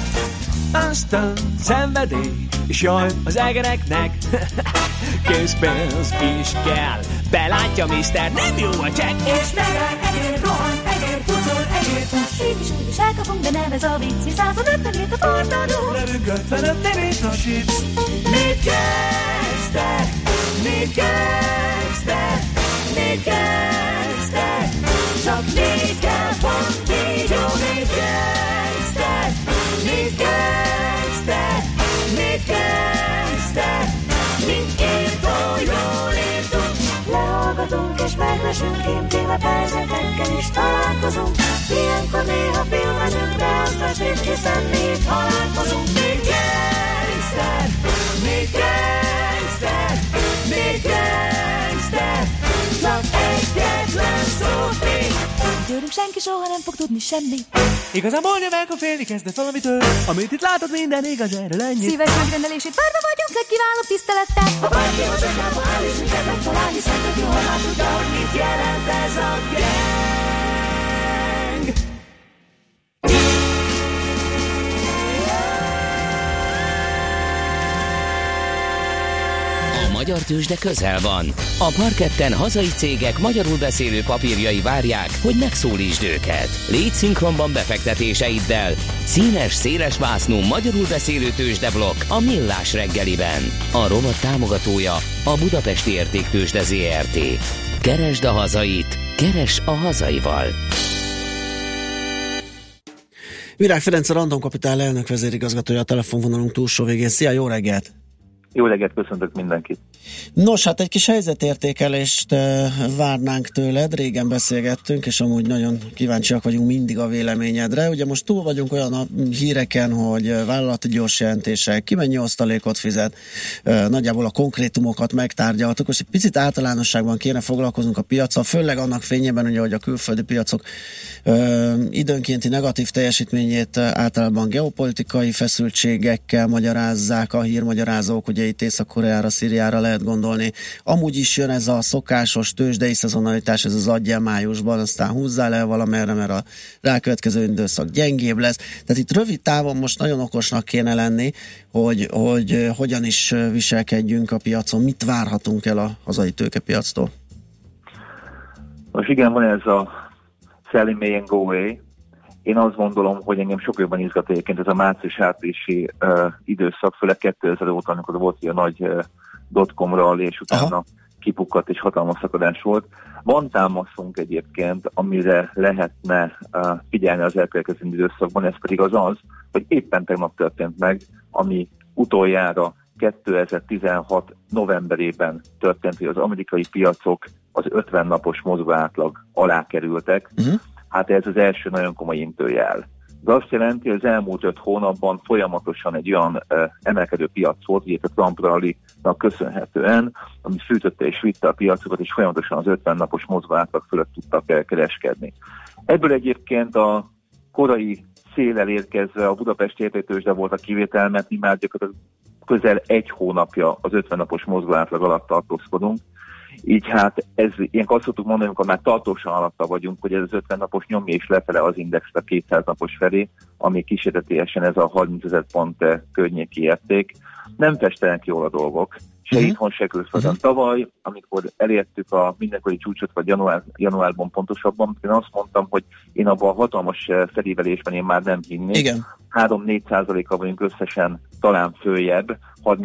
Aztán szenvedély, és jaj az egereknek. Készpénz is kell, belátja miszter, nem jó a csekk. És megáll, egér, rohan, egér, pucol, egér, fuss. Így is úgy is elkapunk, de nem ez a vicc. Mi századötten ért a tornadó. Nevünk ötvenöt, nem ért a chips. Mit kezdtek? Mit kezdtek? Mit kezdtek? Csak négy kell, pont négy, jó, mit kezdtek? Mit kezdtek? Mit kezdtek? Mint írtó, jól írtunk. Lehallgatunk és megvesünk, émtéve helyzetekkel is találkozunk. Ilyenkor néha filmezünk, de azt a sét, hiszen mi itt halálkozunk. Még gangster, még gangster, még gangster. Csak egyetlen szót még. Tőlünk senki soha nem fog tudni semmi. Igazából nyilvánkor félni kezdett valamitől. Amit itt látod, minden igaz, erről ennyi. Szíves megrendelését várva vagyunk, legkívánok tisztelettel. Ha bárki hozzánk áll, és minket megtalál, hiszen tök jól már tudja, hogy mit jelent ez a gang. A magyar tőzsde közel van. A parketten hazai cégek magyarul beszélő papírjai várják, hogy megszólítsd őket. Légy szinkronban befektetéseiddel. Színes, széles vásznú magyarul beszélő tőzsdeblokk a Millás reggeliben. A rovat támogatója a Budapesti Értéktőzsde zé er té. Keresd a hazait, keresd a hazaival. Virág Ferenc, a Random Capital elnök vezérigazgatója a telefonvonalunk túlsó végén. Szia, jó reggelt! Jó reggelt, köszöntök mindenkit! Nos, hát egy kis helyzetértékelést uh, várnánk tőled, régen beszélgettünk, és amúgy nagyon kíváncsiak vagyunk mindig a véleményedre. Ugye most túl vagyunk olyan a híreken, hogy uh, vállalati gyors jelentések, ki mennyi osztalékot fizet, uh, nagyjából a konkrétumokat megtárgyaltuk. Most egy picit általánosságban kéne foglalkoznunk a piacsal, főleg annak fényében, ugye, hogy a külföldi piacok uh, időnkénti negatív teljesítményét uh, általában geopolitikai feszültségekkel magyarázzák a hírmagyarázók, ugye ugye itt Észak-Koreára, Szíriára lehet gondolni. Amúgy is jön ez a szokásos tőzsdei szezonalitás, ez az adjel májusban, aztán húzzál el valamerre, mert a rákövetkező időszak gyengébb lesz. Tehát itt rövid távon most nagyon okosnak kéne lenni, hogy, hogy hogyan is viselkedjünk a piacon, mit várhatunk el a hazai tőkepiactól. Most igen, van ez a sell in May and go away. Én azt gondolom, hogy engem sokkal jobban izgat egyébként ez a március-áprilisi uh, időszak, főleg kétezer óta, amikor volt ilyen nagy uh, dotcom rally, és utána Aha. kipukkadt és hatalmas szakadás volt. Van támaszunk egyébként, amire lehetne uh, figyelni az elkövetkező időszakban, ez pedig az az, hogy éppen tegnap történt meg, ami utoljára kétezer-tizenhat novemberében történt, hogy az amerikai piacok az ötven napos mozgóátlag alá kerültek. Uh-huh. Hát ez az első nagyon komoly intőjel. Ez azt jelenti, hogy az elmúlt öt hónapban folyamatosan egy olyan uh, emelkedő piac volt, ugye a Trump rally-nak köszönhetően, ami fűtötte és vitte a piacokat, és folyamatosan az ötven napos mozgóátlag fölött tudtak uh, kereskedni. Ebből egyébként a korai széllel érkezve a budapesti értéktőzsde volt a kivétel, mert mi már gyakorlatilag közel egy hónapja az ötven napos mozgóátlag alatt tartózkodunk. Így hát ez, ilyenkor azt szoktuk mondani, amikor már tartósan alatta vagyunk, hogy ez az ötven napos nyomja is lefele az indexre kétszáz napos felé, ami kísérletiesen ez a harmincezer pont környéki érték. Nem festenek jól a dolgok, se uh-huh. itthon, se külföldön. Uh-huh. Tavaly, amikor elértük a mindenkori csúcsot, vagy január, januárban pontosabban, én azt mondtam, hogy én abban a hatalmas felívelésben én már nem hinnék. Igen. három-négy százaléka vagyunk összesen talán följebb,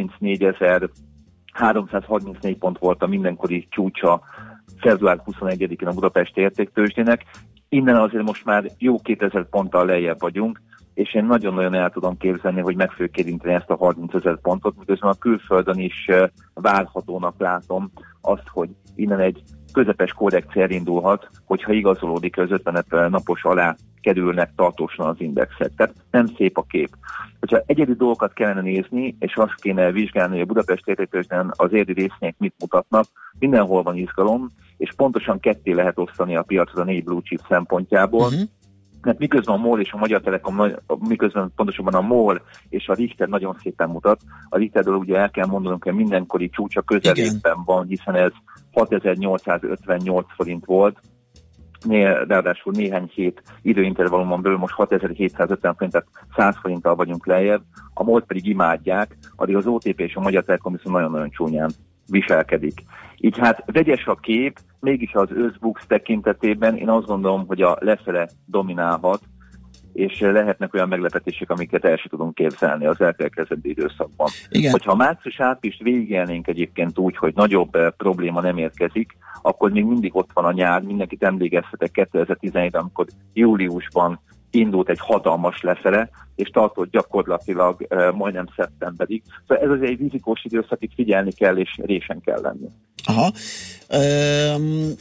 harmincnégyezer-háromszázharmincnégy pont volt a mindenkori csúcsa február huszonegyedikén a budapesti értéktőzsdének. Innen azért most már jó kétezer ponttal lejjebb vagyunk, és én nagyon-nagyon el tudom képzelni, hogy meg fogjuk érinteni ezt a harmincezer pontot, miközben a külföldön is várhatónak látom azt, hogy innen egy közepes korrekció elindulhat, hogyha igazolódik az ötven napos alá kerülnek tartósan az indexek. Tehát nem szép a kép. Hogyha egyedi dolgokat kellene nézni, és azt kéne vizsgálni, hogy a Budapest értéktőzsdén az érdi részvények mit mutatnak, mindenhol van izgalom, és pontosan ketté lehet osztani a piacot a négy blue chip szempontjából. Uh-huh. Mert miközben a MOL és a Magyar Telekom, miközben pontosabban a MOL és a Richter nagyon szépen mutat, a Richterről ugye el kell mondanunk, hogy mindenkori csúcsa közelében van, hiszen ez hatezer-nyolcszázötvennyolc forint volt, ráadásul néhány hét időintervallumon belül most hatezer-hétszázötven forint, tehát száz forinttal vagyunk lejjebb, a MOL pedig imádják, addig az o té pé és a Magyar Telekom viszont nagyon-nagyon csúnyán viselkedik. Így hát vegyes a kép, mégis az ÖSBUX tekintetében én azt gondolom, hogy a lefele dominálhat, és lehetnek olyan meglepetések, amiket el sem tudunk képzelni az elkövetkező időszakban. Igen. Hogyha március-áprilist végigélnénk egyébként úgy, hogy nagyobb eh, probléma nem érkezik, akkor még mindig ott van a nyár, mindenkit emlékeztetek kétezer-tizenhét, amikor júliusban indult egy hatalmas lefele, és tartott gyakorlatilag uh, majdnem szeptemberig. Szóval ez az egy rizikós időszak, itt figyelni kell, és résen kell lenni. Aha. Um...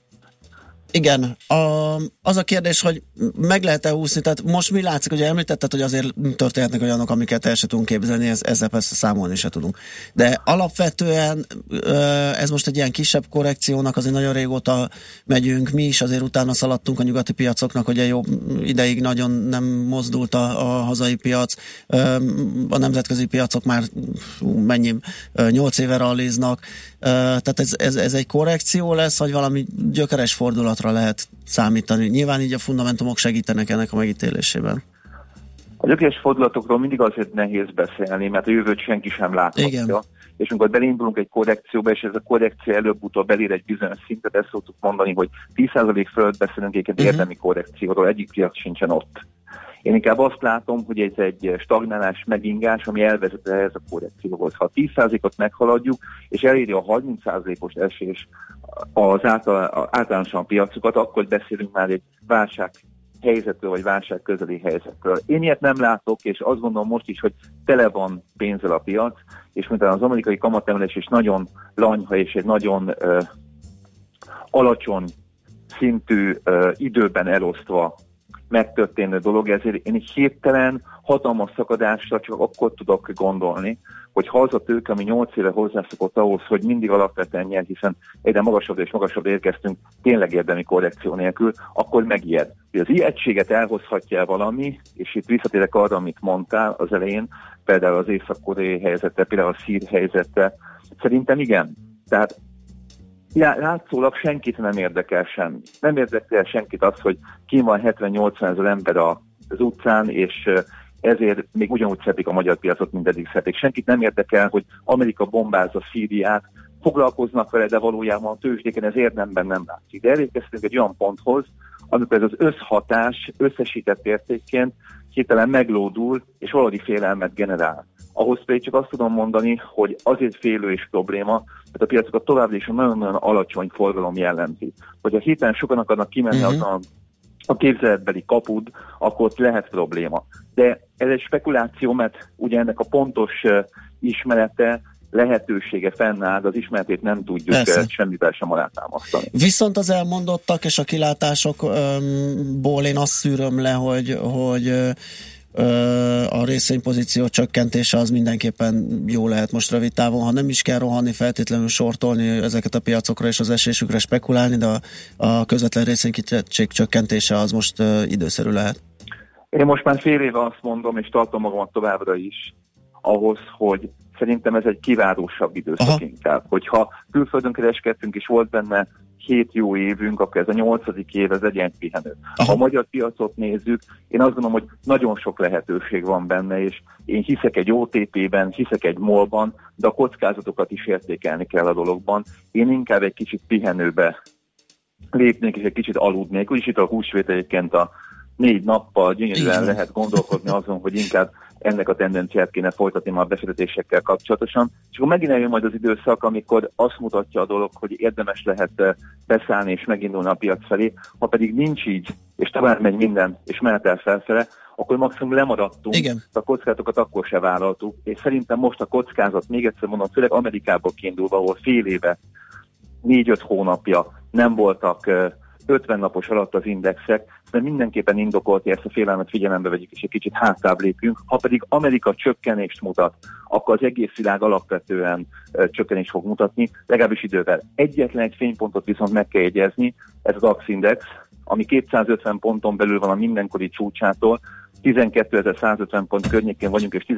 Igen, a, az a kérdés, hogy meg lehet-e úszni, tehát most mi látszik, hogy említetted, hogy azért történhetnek olyanok, amiket el se tudunk képzelni, ez, ezzel persze számolni se tudunk. De alapvetően ez most egy ilyen kisebb korrekciónak, azért nagyon régóta megyünk, mi is azért utána szaladtunk a nyugati piacoknak, hogy jó ideig nagyon nem mozdult a, a hazai piac, a nemzetközi piacok már mennyi, nyolc éve ralliznak, tehát ez, ez, ez egy korrekció lesz, vagy valami gyökeres fordulatra lehet számítani. Nyilván így a fundamentumok segítenek ennek a megítélésében. A gyökeres fordulatokról mindig azért nehéz beszélni, mert a jövőt senki sem láthatja. Igen. És amikor belindulunk egy korrekcióba, és ez a korrekció előbb-utóbb elér egy bizonyos szintet, ezt szoktuk mondani, hogy tíz százalék fölött beszélünk egyébként uh-huh. érdemi korrekcióról, egyik piac sincsen ott. Én inkább azt látom, hogy ez egy stagnálás, megingás, ami elvezet ehhez a korrekcióhoz. Ha tíz százalékot meghaladjuk, és eléri a harminc százalékos esés az által, általánosan a piacokat, akkor beszélünk már egy válság helyzetről, vagy válság közeli helyzetről. Én ilyet nem látok, és azt gondolom most is, hogy tele van pénzzel a piac, és mint az amerikai kamatemelés is nagyon lanyha, és egy nagyon uh, alacsony szintű uh, időben elosztva megtörténő dolog, ezért én hirtelen hatalmas szakadásra csak akkor tudok gondolni, hogy ha az a tőke, ami nyolc éve hozzászokott ahhoz, hogy mindig alapvetően nyer, hiszen egyre magasabb és magasabb érkeztünk tényleg érdemi korrekció nélkül, akkor megijed. Hogy az ijegységet elhozhatja valami, és itt visszatérek arra, amit mondtál az elején, például az észak-koreai helyzete, például a szír helyzete, szerintem igen. Tehát látszólag senkit nem érdekel semmi. Nem érdekel senkit az, hogy ki van hetven-nyolcvan ezer ember az utcán, és ezért még ugyanúgy szedik a magyar piacot, mint eddig szedik. Senkit nem érdekel, hogy Amerika bombázza Szíriát, foglalkoznak vele, de valójában a tőzsdéken ez érdemben nem látszik. De elérkeztünk egy olyan ponthoz, amikor ez az összhatás összesített értékként hirtelen meglódul, és valami félelmet generál. Ahhoz pedig csak azt tudom mondani, hogy azért félő és probléma, mert a piacokat továbbra is a nagyon-nagyon alacsony forgalom jellemzi. Hogyha hirtelen sokan akarnak kimenni uh-huh. azon a képzeletbeli kapud, akkor ott lehet probléma. De ez egy spekuláció, mert ugye ennek a pontos uh, ismerete, lehetősége fennáll, az ismeretét nem tudjuk uh, semmivel sem alátámasztani. Viszont az elmondottak és a kilátásokból én azt szűröm le, hogy, hogy a részvénypozíció csökkentése az mindenképpen jó lehet most rövid távon, ha nem is kell rohanni, feltétlenül sortolni ezeket a piacokra és az esésükre spekulálni, de a, a közvetlen részvénykitettség csökkentése az most uh, időszerű lehet. Én most már fél éve azt mondom, és tartom magamat továbbra is ahhoz, hogy szerintem ez egy kivárósabb időszak Aha. inkább. Hogyha külföldön kereskedtünk és volt benne hét jó évünk, akkor ez a nyolcadik év, ez legyen pihenő. Ha a magyar piacot nézzük, én azt gondolom, hogy nagyon sok lehetőség van benne, és én hiszek egy o té pében, hiszek egy molban, de a kockázatokat is értékelni kell a dologban. Én inkább egy kicsit pihenőbe lépnék, és egy kicsit aludnék. Úgyis itt a húsvét egyébként a négy nappal gyönyörűen lehet gondolkodni azon, hogy inkább ennek a tendenciát kéne folytatni már a befektetésekkel kapcsolatosan. És akkor megint eljön majd az időszak, amikor azt mutatja a dolog, hogy érdemes lehet beszállni és megindulni a piac felé. Ha pedig nincs így, és tovább megy minden, és mehet el felfele, akkor maximum lemaradtunk, Igen. a kockázatokat akkor se vállaltuk. És szerintem most a kockázat, még egyszer mondom, főleg Amerikából kiindulva, ahol fél éve, négy-öt hónapja nem voltak ötven napos alatt az indexek, de mindenképpen indokolt, hogy ezt a félelmet figyelembe vegyük, és egy kicsit hátrább lépjünk. Ha pedig Amerika csökkenést mutat, akkor az egész világ alapvetően uh, csökkenést fog mutatni, legalábbis idővel. Egyetlen egy fénypontot viszont meg kell jegyezni, ez az á iksz Index, ami kétszázötven ponton belül van a mindenkori csúcsától, tizenkétezer-százötven pont környékén vagyunk, és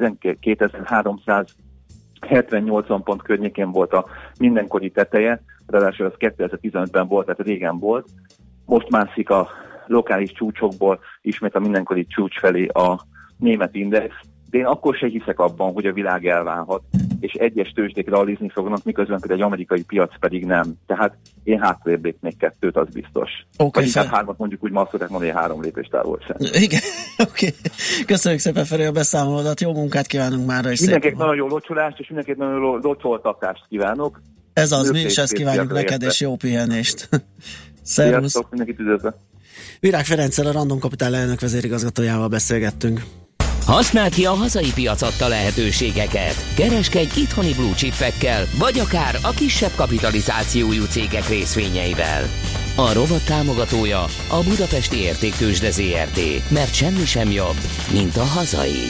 tizenkétezer-háromszázhetvennyolc pont környékén volt a mindenkori teteje, ráadásul az kétezer-tizenötben volt, tehát régen volt. Most mászik a lokális csúcsokból ismét a mindenkori csúcs felé a német index, de én akkor se hiszek abban, hogy a világ elválhat, és egyes tőzsdék realizni fognak, miközben például egy amerikai piac pedig nem. Tehát én hátrébb lépnék kettőt, az biztos. Okay, Vagy inkább hármat mondjuk úgy, ma azt tudják mondani, hogy három lépés távol sem. Igen, oké. Okay. Köszönjük szépen, Feri, a beszámolódat, jó munkát kívánunk mára, és mindenkinek nagyon jó locsolást, és mindenkinek nagyon jó locsoltatást kívánok. Ez az, mi is ezt kívánjuk neked, és jó pihenést. Szervusz. Sziasztok, mindenkit üdvözlök. Virág Ferenccel, a Random Capital elnök vezérigazgatójával beszélgettünk. Használd ki a hazai piac adta lehetőségeket. Kereskedj itthoni blue chipekkel, vagy akár a kisebb kapitalizációjú cégek részvényeivel. A rovat támogatója a Budapesti Értéktőzsde zé er té, mert semmi sem jobb, mint a hazai.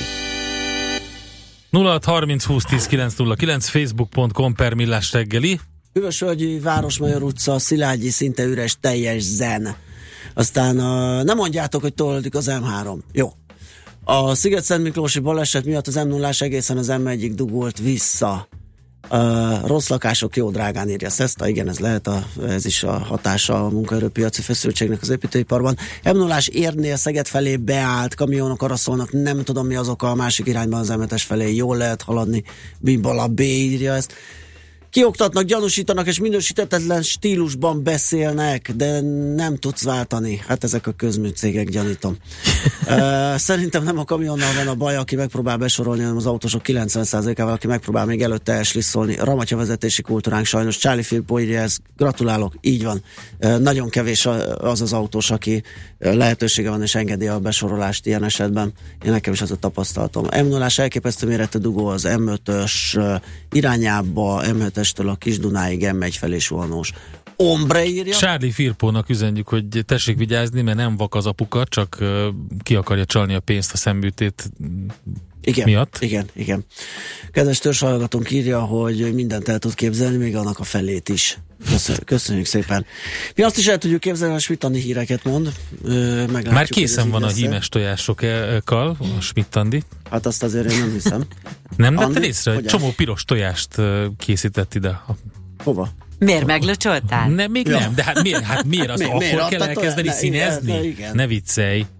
nulla hat harminc húsz tíz kilenc nulla kilenc facebook pont com per Millás reggeli. Hűvösvölgyi Városmajor utca, Szilágyi, szinte üres, teljes zen. Aztán uh, nem mondjátok, hogy tolódik az em három. Jó. A Sziget-Szent Miklósi baleset miatt az em nullás egészen az em egyig dugult vissza. Uh, rossz lakások jó drágán írja Szeszta, igen, ez lehet, a, ez is a hatása a munkaerőpiaci feszültségnek az építőiparban. em nullás érnél Szeged felé beállt, kamionok arra szólnak, nem tudom mi az oka, a másik irányban az em hetes felé jól lehet haladni, Bimbala B írja ezt. Kioktatnak, gyanúsítanak és minősítetlen stílusban beszélnek, de nem tudsz váltani. Hát ezek a közműcégek, gyanítom. uh, szerintem nem a kamionnal van a baj, aki megpróbál besorolni, hanem az autósok kilencven százalékával, aki megpróbál még előtte elslisszolni. Ramatya vezetési kultúránk sajnos. Charlie Filippo írja ezt, gratulálok, így van. Uh, nagyon kevés az az autós, aki lehetősége van és engedi a besorolást ilyen esetben. Én nekem is az a tapasztalatom. em nullás elképesztő méretű dugó az em ötös irányába, em hetestől a Kis-Dunáig em egy felé suhanós. Ombre írja. Charlie Firpónak üzenjük, hogy tessék vigyázni, mert nem vak az apuka, csak uh, ki akarja csalni a pénzt a szemműtét igen, miatt. Igen, igen. Kedves törzshallgatónk írja, hogy mindent el tud képzelni, még annak a felét is. Köszönjük, köszönjük szépen. Mi azt is el tudjuk képzelni, hogy Schmidt-Andi híreket mond. Meglátjuk, már készen van a hímes tojásokkal, a Schmidt-Andi. Hát azt azért én nem hiszem. Nem vetted észre, hogy csomó piros tojást készített ide. Hova? Miért meglöcsöltál? Nem, még ja. nem, de hát miért, hát miért azt Mi, akkor miért kell elkezdeni ne, színezni? Igen, igen. Ne viccelj.